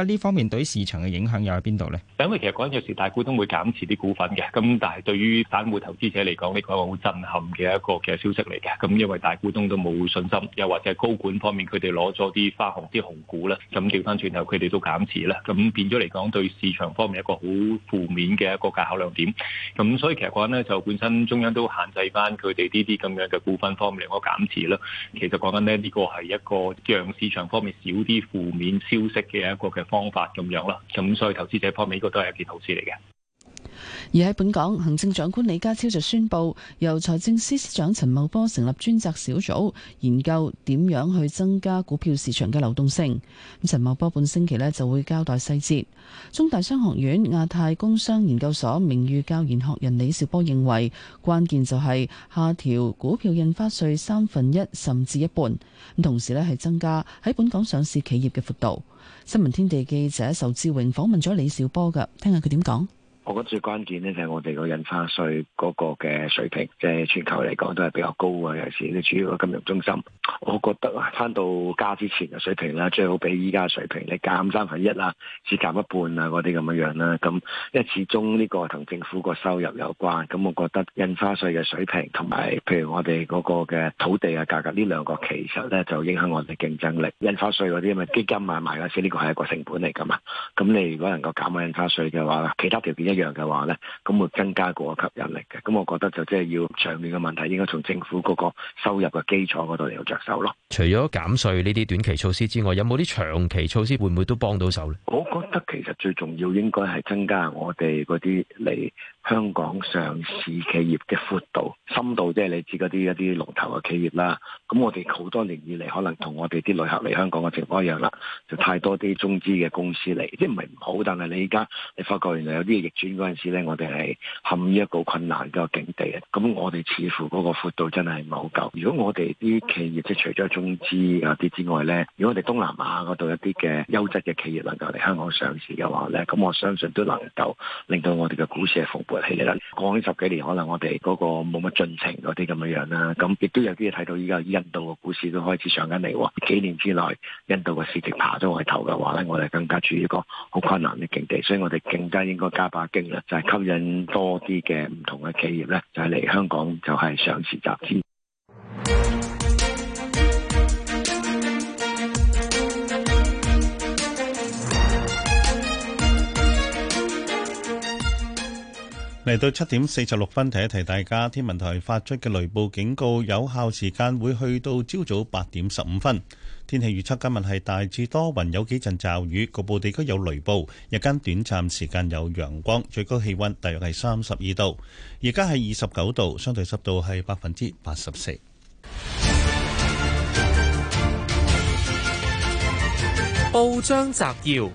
面對市場嘅影響又喺邊度呢？ 因為其實嗰陣有時大股東會減持啲股份嘅，咁但係對於散戶投資者嚟講，呢個係好震撼嘅一個嘅消息嚟嘅。咁因為大股東都冇信心，又或者係高管方面佢哋攞咗啲花紅啲紅股啦，咁調翻轉頭佢哋都減持啦，咁變咗嚟講對市場方面一個好負面嘅一個價考量點。咁所以其實講緊呢，就本身中央都限制翻佢哋呢啲咁樣嘅股份方面嚟講減持啦。其實講緊呢，呢個係一個讓市場方面少啲負面消息嘅一個嘅方法咁樣啦。咁所以投資者方面呢個都係一件好事嚟嘅。 而喺本港，行政長官李家超就宣布，由財政司司長陳茂波成立專責小組，研究點樣去增加股票市場嘅流動性。咁陳茂波本星期呢就會交代細節。中大商學院亞太工商研究所名譽教研學人李兆波認為，關鍵就係下調股票印花稅三分一甚至一半，咁同時呢係增加喺本港上市企業嘅闊度。新聞天地記者仇志榮訪問咗李兆波㗎，聽下佢點講。 我覺得最關鍵咧就係我哋個印花稅嗰個嘅水平，即係全球嚟講都係比較高啊。尤其是啲主要嘅金融中心，我覺得啊，翻到加之前嘅水平啦，最好比依家水平你減三分一啦，至減一半啊嗰啲咁樣樣啦。咁因為始終呢個同政府個收入有關，咁我覺得印花稅嘅水平同埋譬如我哋嗰個嘅土地嘅價格呢兩個其實咧就影響我哋競爭力。印花稅嗰啲咁嘅基金買賣嗰時，呢個係一個成本嚟㗎嘛。咁你如果能夠減埋印花稅嘅話，其他條件一樣嘅話咧，咁會增加個吸引力嘅。咁我覺得就即係要長遠嘅問題，應該從政府嗰個收入嘅基礎嗰度嚟到着手咯。 除咗減稅呢啲短期措施之外，有冇啲長期措施會唔會都幫到手咧？ 我覺得其實最重要應該係增加我哋嗰啲嚟香港上市企業嘅闊度、深度，即係你知嗰啲一啲龍頭嘅企業啦。咁我哋好多年以嚟，可能同我哋啲旅客嚟香港嘅情況一樣啦，就太多啲中資嘅公司嚟，即係唔係唔好，但係你而家你發覺原來有啲嘢逆轉嗰陣時咧，我哋係陷於一個困難嘅境地嘅。咁我哋似乎嗰個闊度真係唔係好夠。如果我哋啲企業即係除咗中資啊啲之外咧，如果我哋東南亞嗰度一啲嘅優質嘅企業能夠嚟香港上市嘅話咧，咁我相信都能夠令到我哋嘅股市係蓬勃起嚟啦。過去十幾年可能我哋嗰個冇乜進程嗰啲咁樣樣啦，咁亦都有啲嘢睇到依家印度嘅股市都開始上緊嚟喎。幾年之內印度嘅市值爬咗去頭嘅話咧，我哋更加處於一個好困難嘅境地，所以我哋更加應該加把勁啦，就係吸引多啲嘅唔同嘅企業咧，就係嚟香港就係上市集資。 嚟到七點四十六分，提一提大家，天文台發出嘅雷暴警告有效時間會去到朝早八點十五分。天氣預測今日係大致多雲，有幾陣驟雨，局部地區有雷暴，日間短暫時間有陽光，最高氣溫大約係三十二度。而家係二十九度，相對濕度係百分之八十四。 報章摘要。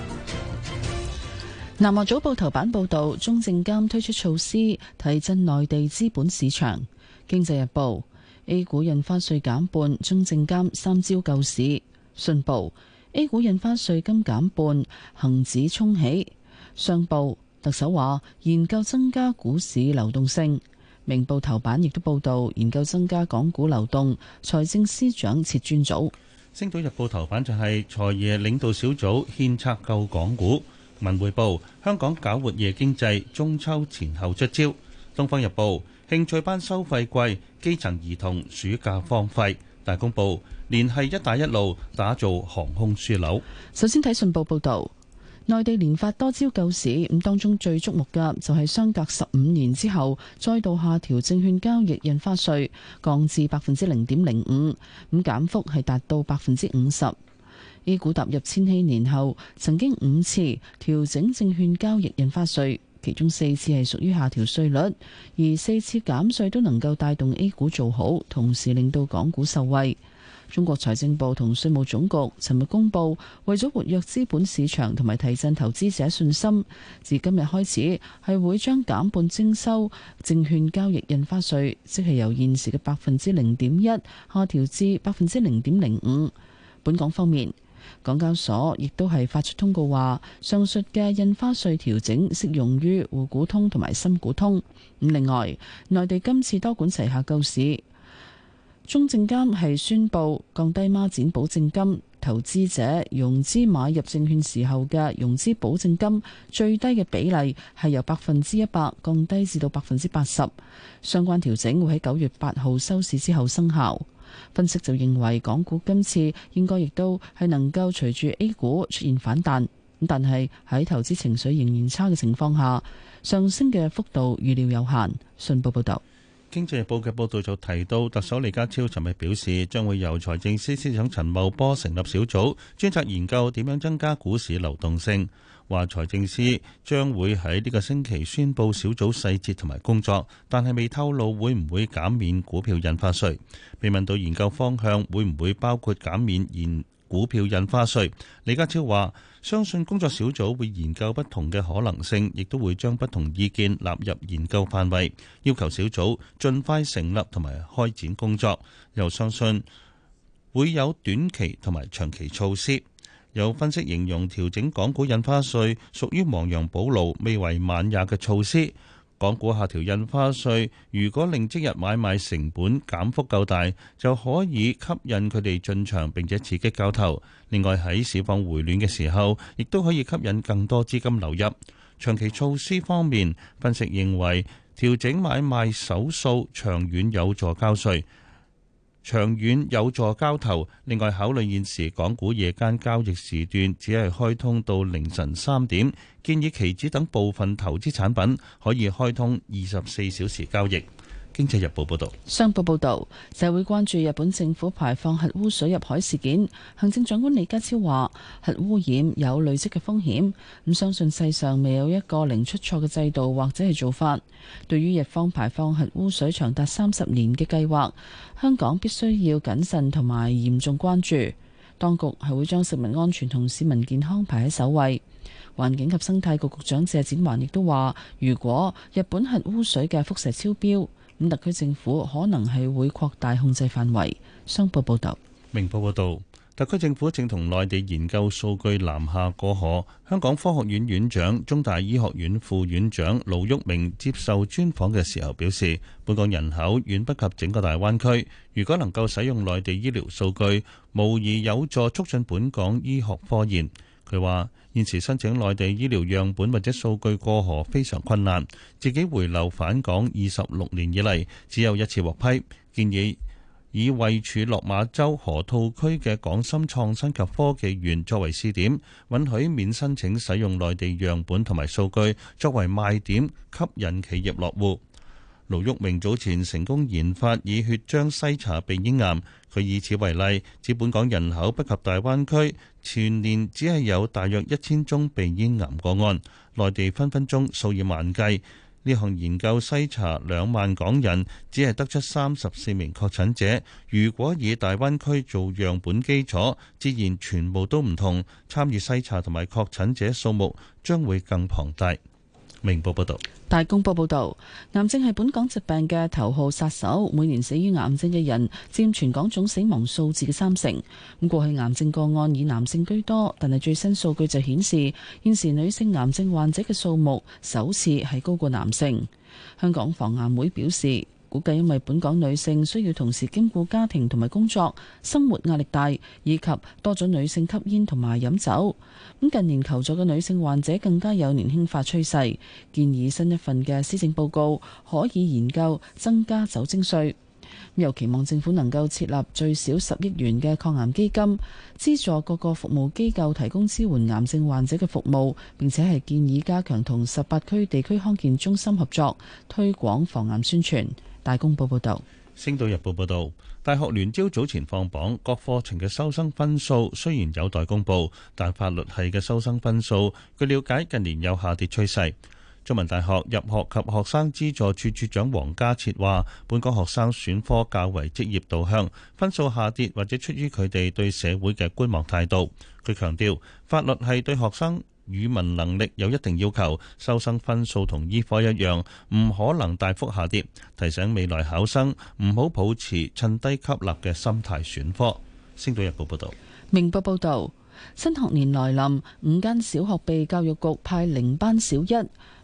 南華早報頭版報導，中證監推出措施提振內地資本市場。經濟日報 A 股印花稅減半，中證監三招救市。信報 A 股印花稅今減半，恒指沖起。商報特首話研究增加股市流動性。明報頭版亦都報導研究增加港股流動，財政司長設專組。 星島日報頭版就係財爺領導小組獻策救港股。文匯報香港搞活夜經濟，中秋前後出招。東方日報興趣班收費貴，基層兒童暑假荒廢。大公報聯繫一帶一路，打造航空樞紐。 首先睇信報報導，內地連發多招救市，咁當中最矚目嘅就係相隔十五年之後再度下調證券交易印花稅，降至百分之零點零五，咁減幅係達到百分之五十。A 股踏入千禧年後，曾經五次調整證券交易印花稅，其中四次係屬於下調稅率，而四次減稅都能夠帶動 A 股做好，同時令到港股受惠。中國財政部同稅務總局尋日公布，為咗活躍資本市場同埋提振投資者信心，自今日開始係會將減半徵收證券交易印花稅，即係由現時嘅百分之零點一下調至百分之零點零五。本港方面，港交所亦都係發出通告話，上述嘅印花稅調整適用於滬股通同埋深股通。咁另外，內地今次多管齊下救市，中證監係宣布降低孖展保證金， 投資者融資買入證券時候嘅融資保證金最低嘅比例係由百分之一百降低至到百分之八十。相關調整會喺九月八號收市之後生效。分析就認為，港股今次應該亦都係能夠隨住 A 股出現反彈，咁但係喺投資情緒仍然差嘅情況下，上升嘅幅度預料有限。信報報道。 《經濟日報》嘅報導就提到，特首李家超尋日表示，將會由財政司司長陳茂波成立小組，專責研究點樣增加股市流動性。話財政司將會喺呢個星期宣佈小組細節同埋工作，但係未透露會唔會減免股票印花稅。被問到研究方向會唔會包括減免現股票印花稅，李家超話相信工作小組會研究不同嘅可能性，亦都會將不同意見納入研究範圍，要求小組盡快成立同埋開展工作。又相信會有短期同埋長期措施。有分析形容調整港股印花稅屬於亡羊補牢、未為晚也嘅措施。港股下調印花稅，如果令即日買賣成本減幅夠大，就可以吸引佢哋進場並且刺激交投。另外喺市況回暖嘅時候，亦都可以吸引更多資金流入。長期措施方面，分析認為調整買賣手數長遠有助交稅。長遠有助交投。另外，考慮現時港股夜間交易時段只係開通到凌晨三點，建議期指等部分投資產品可以開通二十四小時交易。經濟日報報道。 商報報道，社會關注日本政府排放核污水入海事件。行政長官李家超話，核污染有累積嘅風險，咁相信世上未有一個零出錯嘅制度或者係做法。對於日方排放核污水長達三十年嘅計劃，香港必須要謹慎同埋嚴重關注。當局係會將食物安全同市民健康排喺首位。環境及生態局局長謝展寰亦都話，如果日本核污水嘅輻射超標，咁特區政府可能係會擴大控制範圍。商報報道。 明報報道，特區政府正同內地研究數據南下過河。香港科學院院長、中大醫學院副院長盧煜明接受專訪嘅時候表示，本港人口遠不及整個大灣區，如果能夠使用內地醫療數據，無疑有助促進本港醫學科研。佢話現時申請內地醫療樣本或者數據過河非常困難，自己回流返港二十六年以嚟只有一次獲批，建議以位處落馬洲河套區嘅港深創新及科技園作為試點，允許免申請使用內地樣本同埋數據作為賣點，吸引企業落戶。盧煜明早前成功研發以血漿篩查鼻咽癌，佢以此為例，指本港人口不及大灣區，全年只係有大約一千宗鼻咽癌個案，內地分分鐘數以萬計。呢項研究篩查兩萬港人，只係得出三十四名確診者。如果以大灣區做樣本基礎，自然全部都唔同，參與篩查同埋確診者數目將會更龐大。明報報道。 大公報報導，癌症係本港疾病嘅頭號殺手，每年死於癌症嘅人佔全港總死亡數字嘅三成。咁過去癌症個案以男性居多，但係最新數據就顯示，現時女性癌症患者嘅數目首次係高過男性。香港防癌會表示，估計因為本港女性需要同時兼顧家庭同埋工作，生活壓力大，以及多咗女性吸煙同埋飲酒。咁近年求助嘅女性患者更加有年輕化趨勢，建議新一份嘅施政報告可以研究增加酒精稅。又期望政府能夠設立最少十億元嘅抗癌基金，資助各個服務機構提供支援癌症患者嘅服務，並且係建議加強同十八區地區康健中心合作，推廣防癌宣傳。大公報報道。 星島日報報道，大學聯招早前放榜，各課程嘅收生分數雖然有待公佈，但法律系嘅收生分數據了解近年有下跌趨勢。中文大學入學及學生資助處處長黃家徹話，本港學生選科較為職業導向，分數下跌或者出於佢哋對社會嘅觀望態度。佢強調，法律系對學生語文能力有一定要求，收生分數同醫科一樣，唔可能大幅下跌。提醒未來考生唔好抱持趁低吸納嘅心態選科。星島日報報道。 明報報道，新學年來臨，五間小學被教育局派零班小一。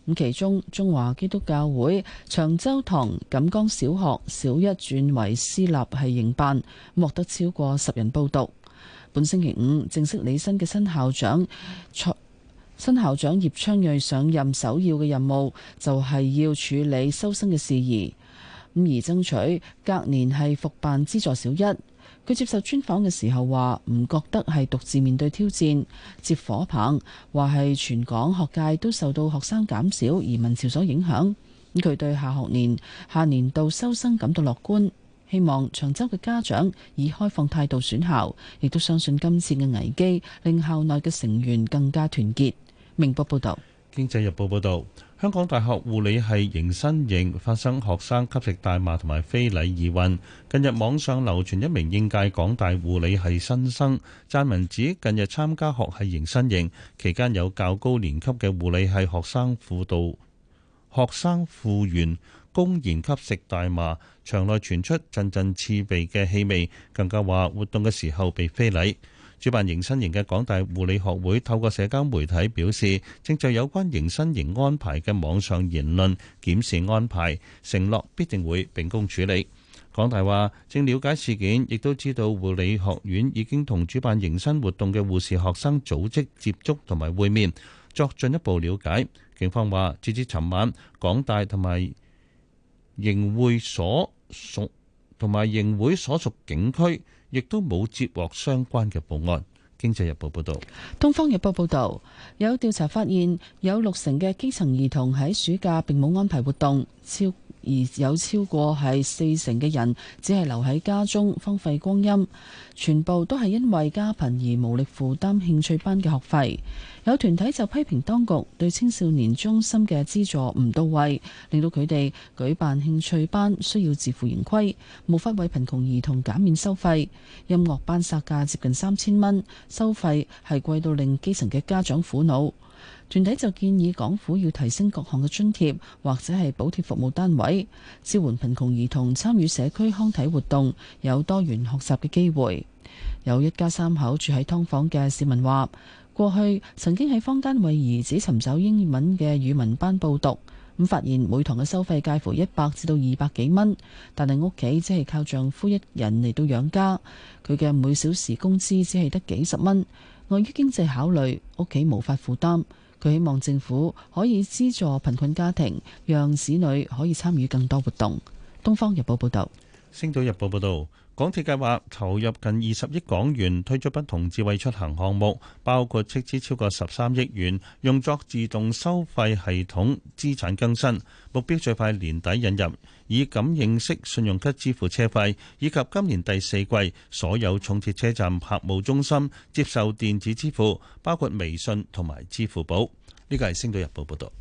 咁其中中華基督教會長洲堂錦江小學小一轉為私立係營辦，獲得超過十人報讀。本星期五正式履新嘅新校長新校長葉昌瑞上任，首要嘅任務就係要處理收生嘅事宜，咁而爭取隔年係復辦資助小一。佢接受專訪嘅時候話唔覺得係獨自面對挑戰，接火棒話係全港學界都受到學生減少移民潮所影響。咁佢對下學年下年度收生感到樂觀，希望長洲嘅家長以開放態度選校，亦都相信今次嘅危機令校內嘅成員更加團結。明報報道。 經濟日報報導，香港大學護理系迎新營發生學生吸食大麻同埋非禮疑雲。近日網上流傳一名應屆港大護理系新生撰文指，近日參加學系迎新營期間，有較高年級嘅護理系學生輔導學生輔員公然吸食大麻，場內傳出陣陣刺鼻嘅氣味，更加話活動嘅時候被非禮。主辦迎新營嘅港大護理學會透過社交媒體表示，正就有關迎新營安排嘅網上言論檢視安排，承諾必定會秉公處理。港大話正了解事件，亦都知道護理學院已經同主辦迎新活動嘅護士學生組織接觸同埋會面，作進一步了解。警方話，截至尋晚，港大同埋營會所屬同埋營會所屬警區亦都冇接獲相關嘅報案。經濟日報報道。 東方日報報道，有調查發現，有六成嘅基層兒童喺暑假並冇安排活動，超而有超過係四成嘅人只係留喺家中荒廢光陰，全部都係因為家貧而無力負擔興趣班嘅學費。有團體就批評當局對青少年中心嘅資助唔到位，令到佢哋舉辦興趣班需要自負盈虧，無法為貧窮兒童減免收費。音樂班殺價接近三千蚊，收費係貴到令基層嘅家長苦惱。團體就建議港府要提升各項嘅津貼，或者係補貼服務單位，支援貧窮兒童參與社區康體活動，有多元學習嘅機會。有一家三口住喺劏房嘅市民話，過去曾經喺坊間為兒子尋找英文嘅語文班報讀，咁發現每堂嘅收費介乎一百至到二百幾蚊，但係屋企只係靠丈夫一人嚟到養家，佢嘅每小時工資只係得幾十蚊，礙於經濟考慮，屋企無法負擔。佢希望政府可以資助貧困家庭，讓子女可以參與更多活動。東方日報報道。 星島日報報道，港鐵計劃投入近二十億港元推出不同智慧出行項目，包括斥資超過十三億元用作自動收費系統資產更新，目標最快年底引入以感應式信用卡支付車費，以及今年第四季所有重鐵車站客務中心接受電子支付，包括微信同埋支付寶。呢個係星島日報報道。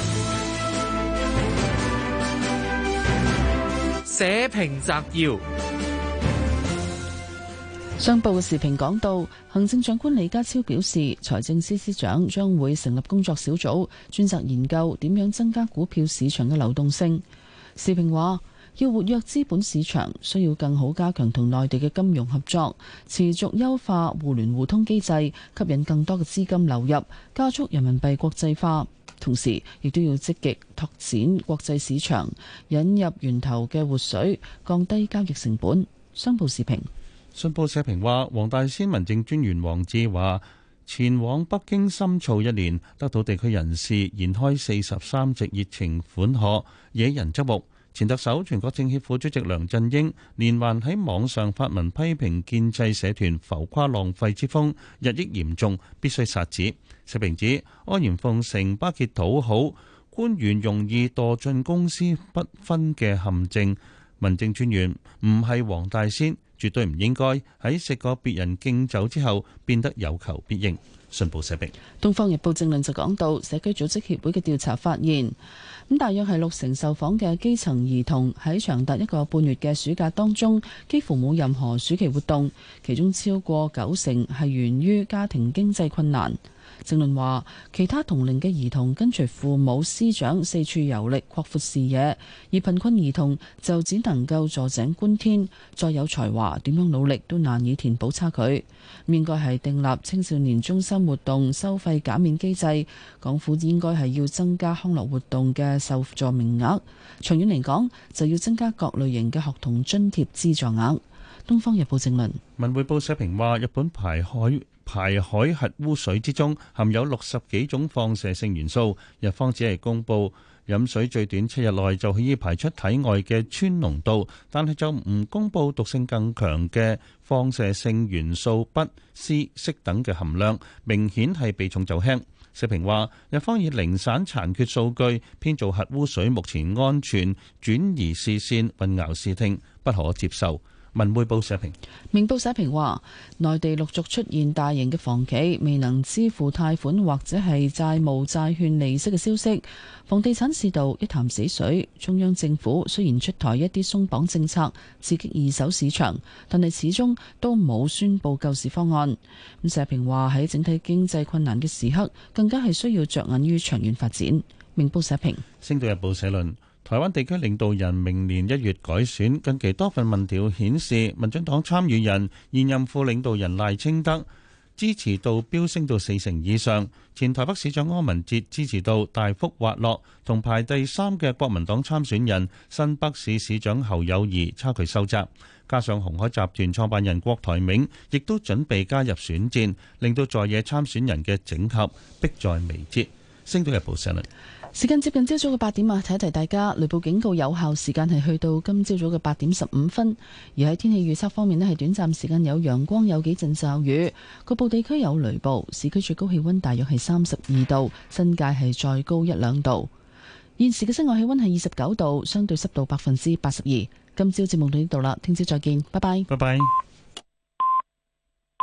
社評摘要。 商報嘅時評講到，行政長官李家超表示，財政司司長將會成立工作小組，專責研究點樣增加股票市場嘅流動性。時評話，要活躍資本市場，需要更好加強同內地嘅金融合作，持續優化互聯互通機制，吸引更多嘅資金流入，加速人民幣國際化。同時，亦都要積極拓展國際市場，引入源頭嘅活水，降低交易成本。商報時評。 信報社評話，黃大仙民政專員黃志華前往北京深造一年，得到地區人士延開四十三席熱情款賀，惹人側目。前特首、全國政協副主席梁振英連環喺網上發文批評建制社團浮誇浪費之風日益嚴重，必須殺止。社評指安然奉承、巴結討好官員容易墮進公私不分嘅陷阱。民政專員唔係黃大仙，絕對唔應該喺食過別人敬酒之後變得有求必應。信報社評。《 東方日報》正論就講到，社區組織協會嘅調查發現，咁大約係六成受訪嘅基層兒童喺長達一個半月嘅暑假當中，幾乎冇任何暑期活動，其中超過九成係源於家庭經濟困難。 政論話，其他同齡嘅兒童跟隨父母師長四處遊歷，擴闊視野，而貧困兒童就只能夠坐井觀天，再有才華點樣努力都難以填補差距。應該係訂立青少年中心活動收費減免機制，港府應該係要增加康樂活動嘅受助名額，長遠嚟講就要增加各類型嘅學童津貼資助額。《東方日報》政論。 文匯報社評話，日本排海排海核污水之中含有六十幾種放射性元素，日方只係公佈飲水最短七日內就可以排出體外嘅氚濃度，但係就唔公佈毒性更強嘅放射性元素鈽、鍶、銫等嘅含量，明顯係避重就輕。社評話，日方以零散殘缺數據編造核污水目前安全，轉移視線，混淆視聽，不可接受。文匯報社評。 明報社評話，內地陸續出現大型嘅房企未能支付貸款或者係債務債券利息嘅消息，房地產市道一潭死水。中央政府雖然出台一啲鬆綁政策刺激二手市場，但係始終都冇宣布救市方案。咁社評話，喺整體經濟困難嘅時刻，更加係需要着眼於長遠發展。明報社評。 星島日報社論。台灣地區領導人明年一月改選，近期多份民調顯示，民進黨參與人現任副領導人賴清德支持度飆升到四成以上，前台北市長柯文哲支持度大幅滑落，同排第三嘅國民黨參選人新北市市長侯友宜差距收窄。加上鴻海集團創辦人郭台銘亦都準備加入選戰，令到在野參選人嘅整合迫在眉睫。星島日報社論。 時間接近朝早嘅八點啊，提一提大家，雷暴警告有效時間係去到今朝早嘅八點十五分。而喺天氣預測方面咧，係短暫時間有陽光，有幾陣驟雨，局部地區有雷暴。市區最高氣溫大約係三十二度，新界係再高一兩度。現時嘅室外氣溫係二十九度，相對濕度百分之八十二。今朝節目到呢度啦，聽朝再見，拜拜。 拜拜。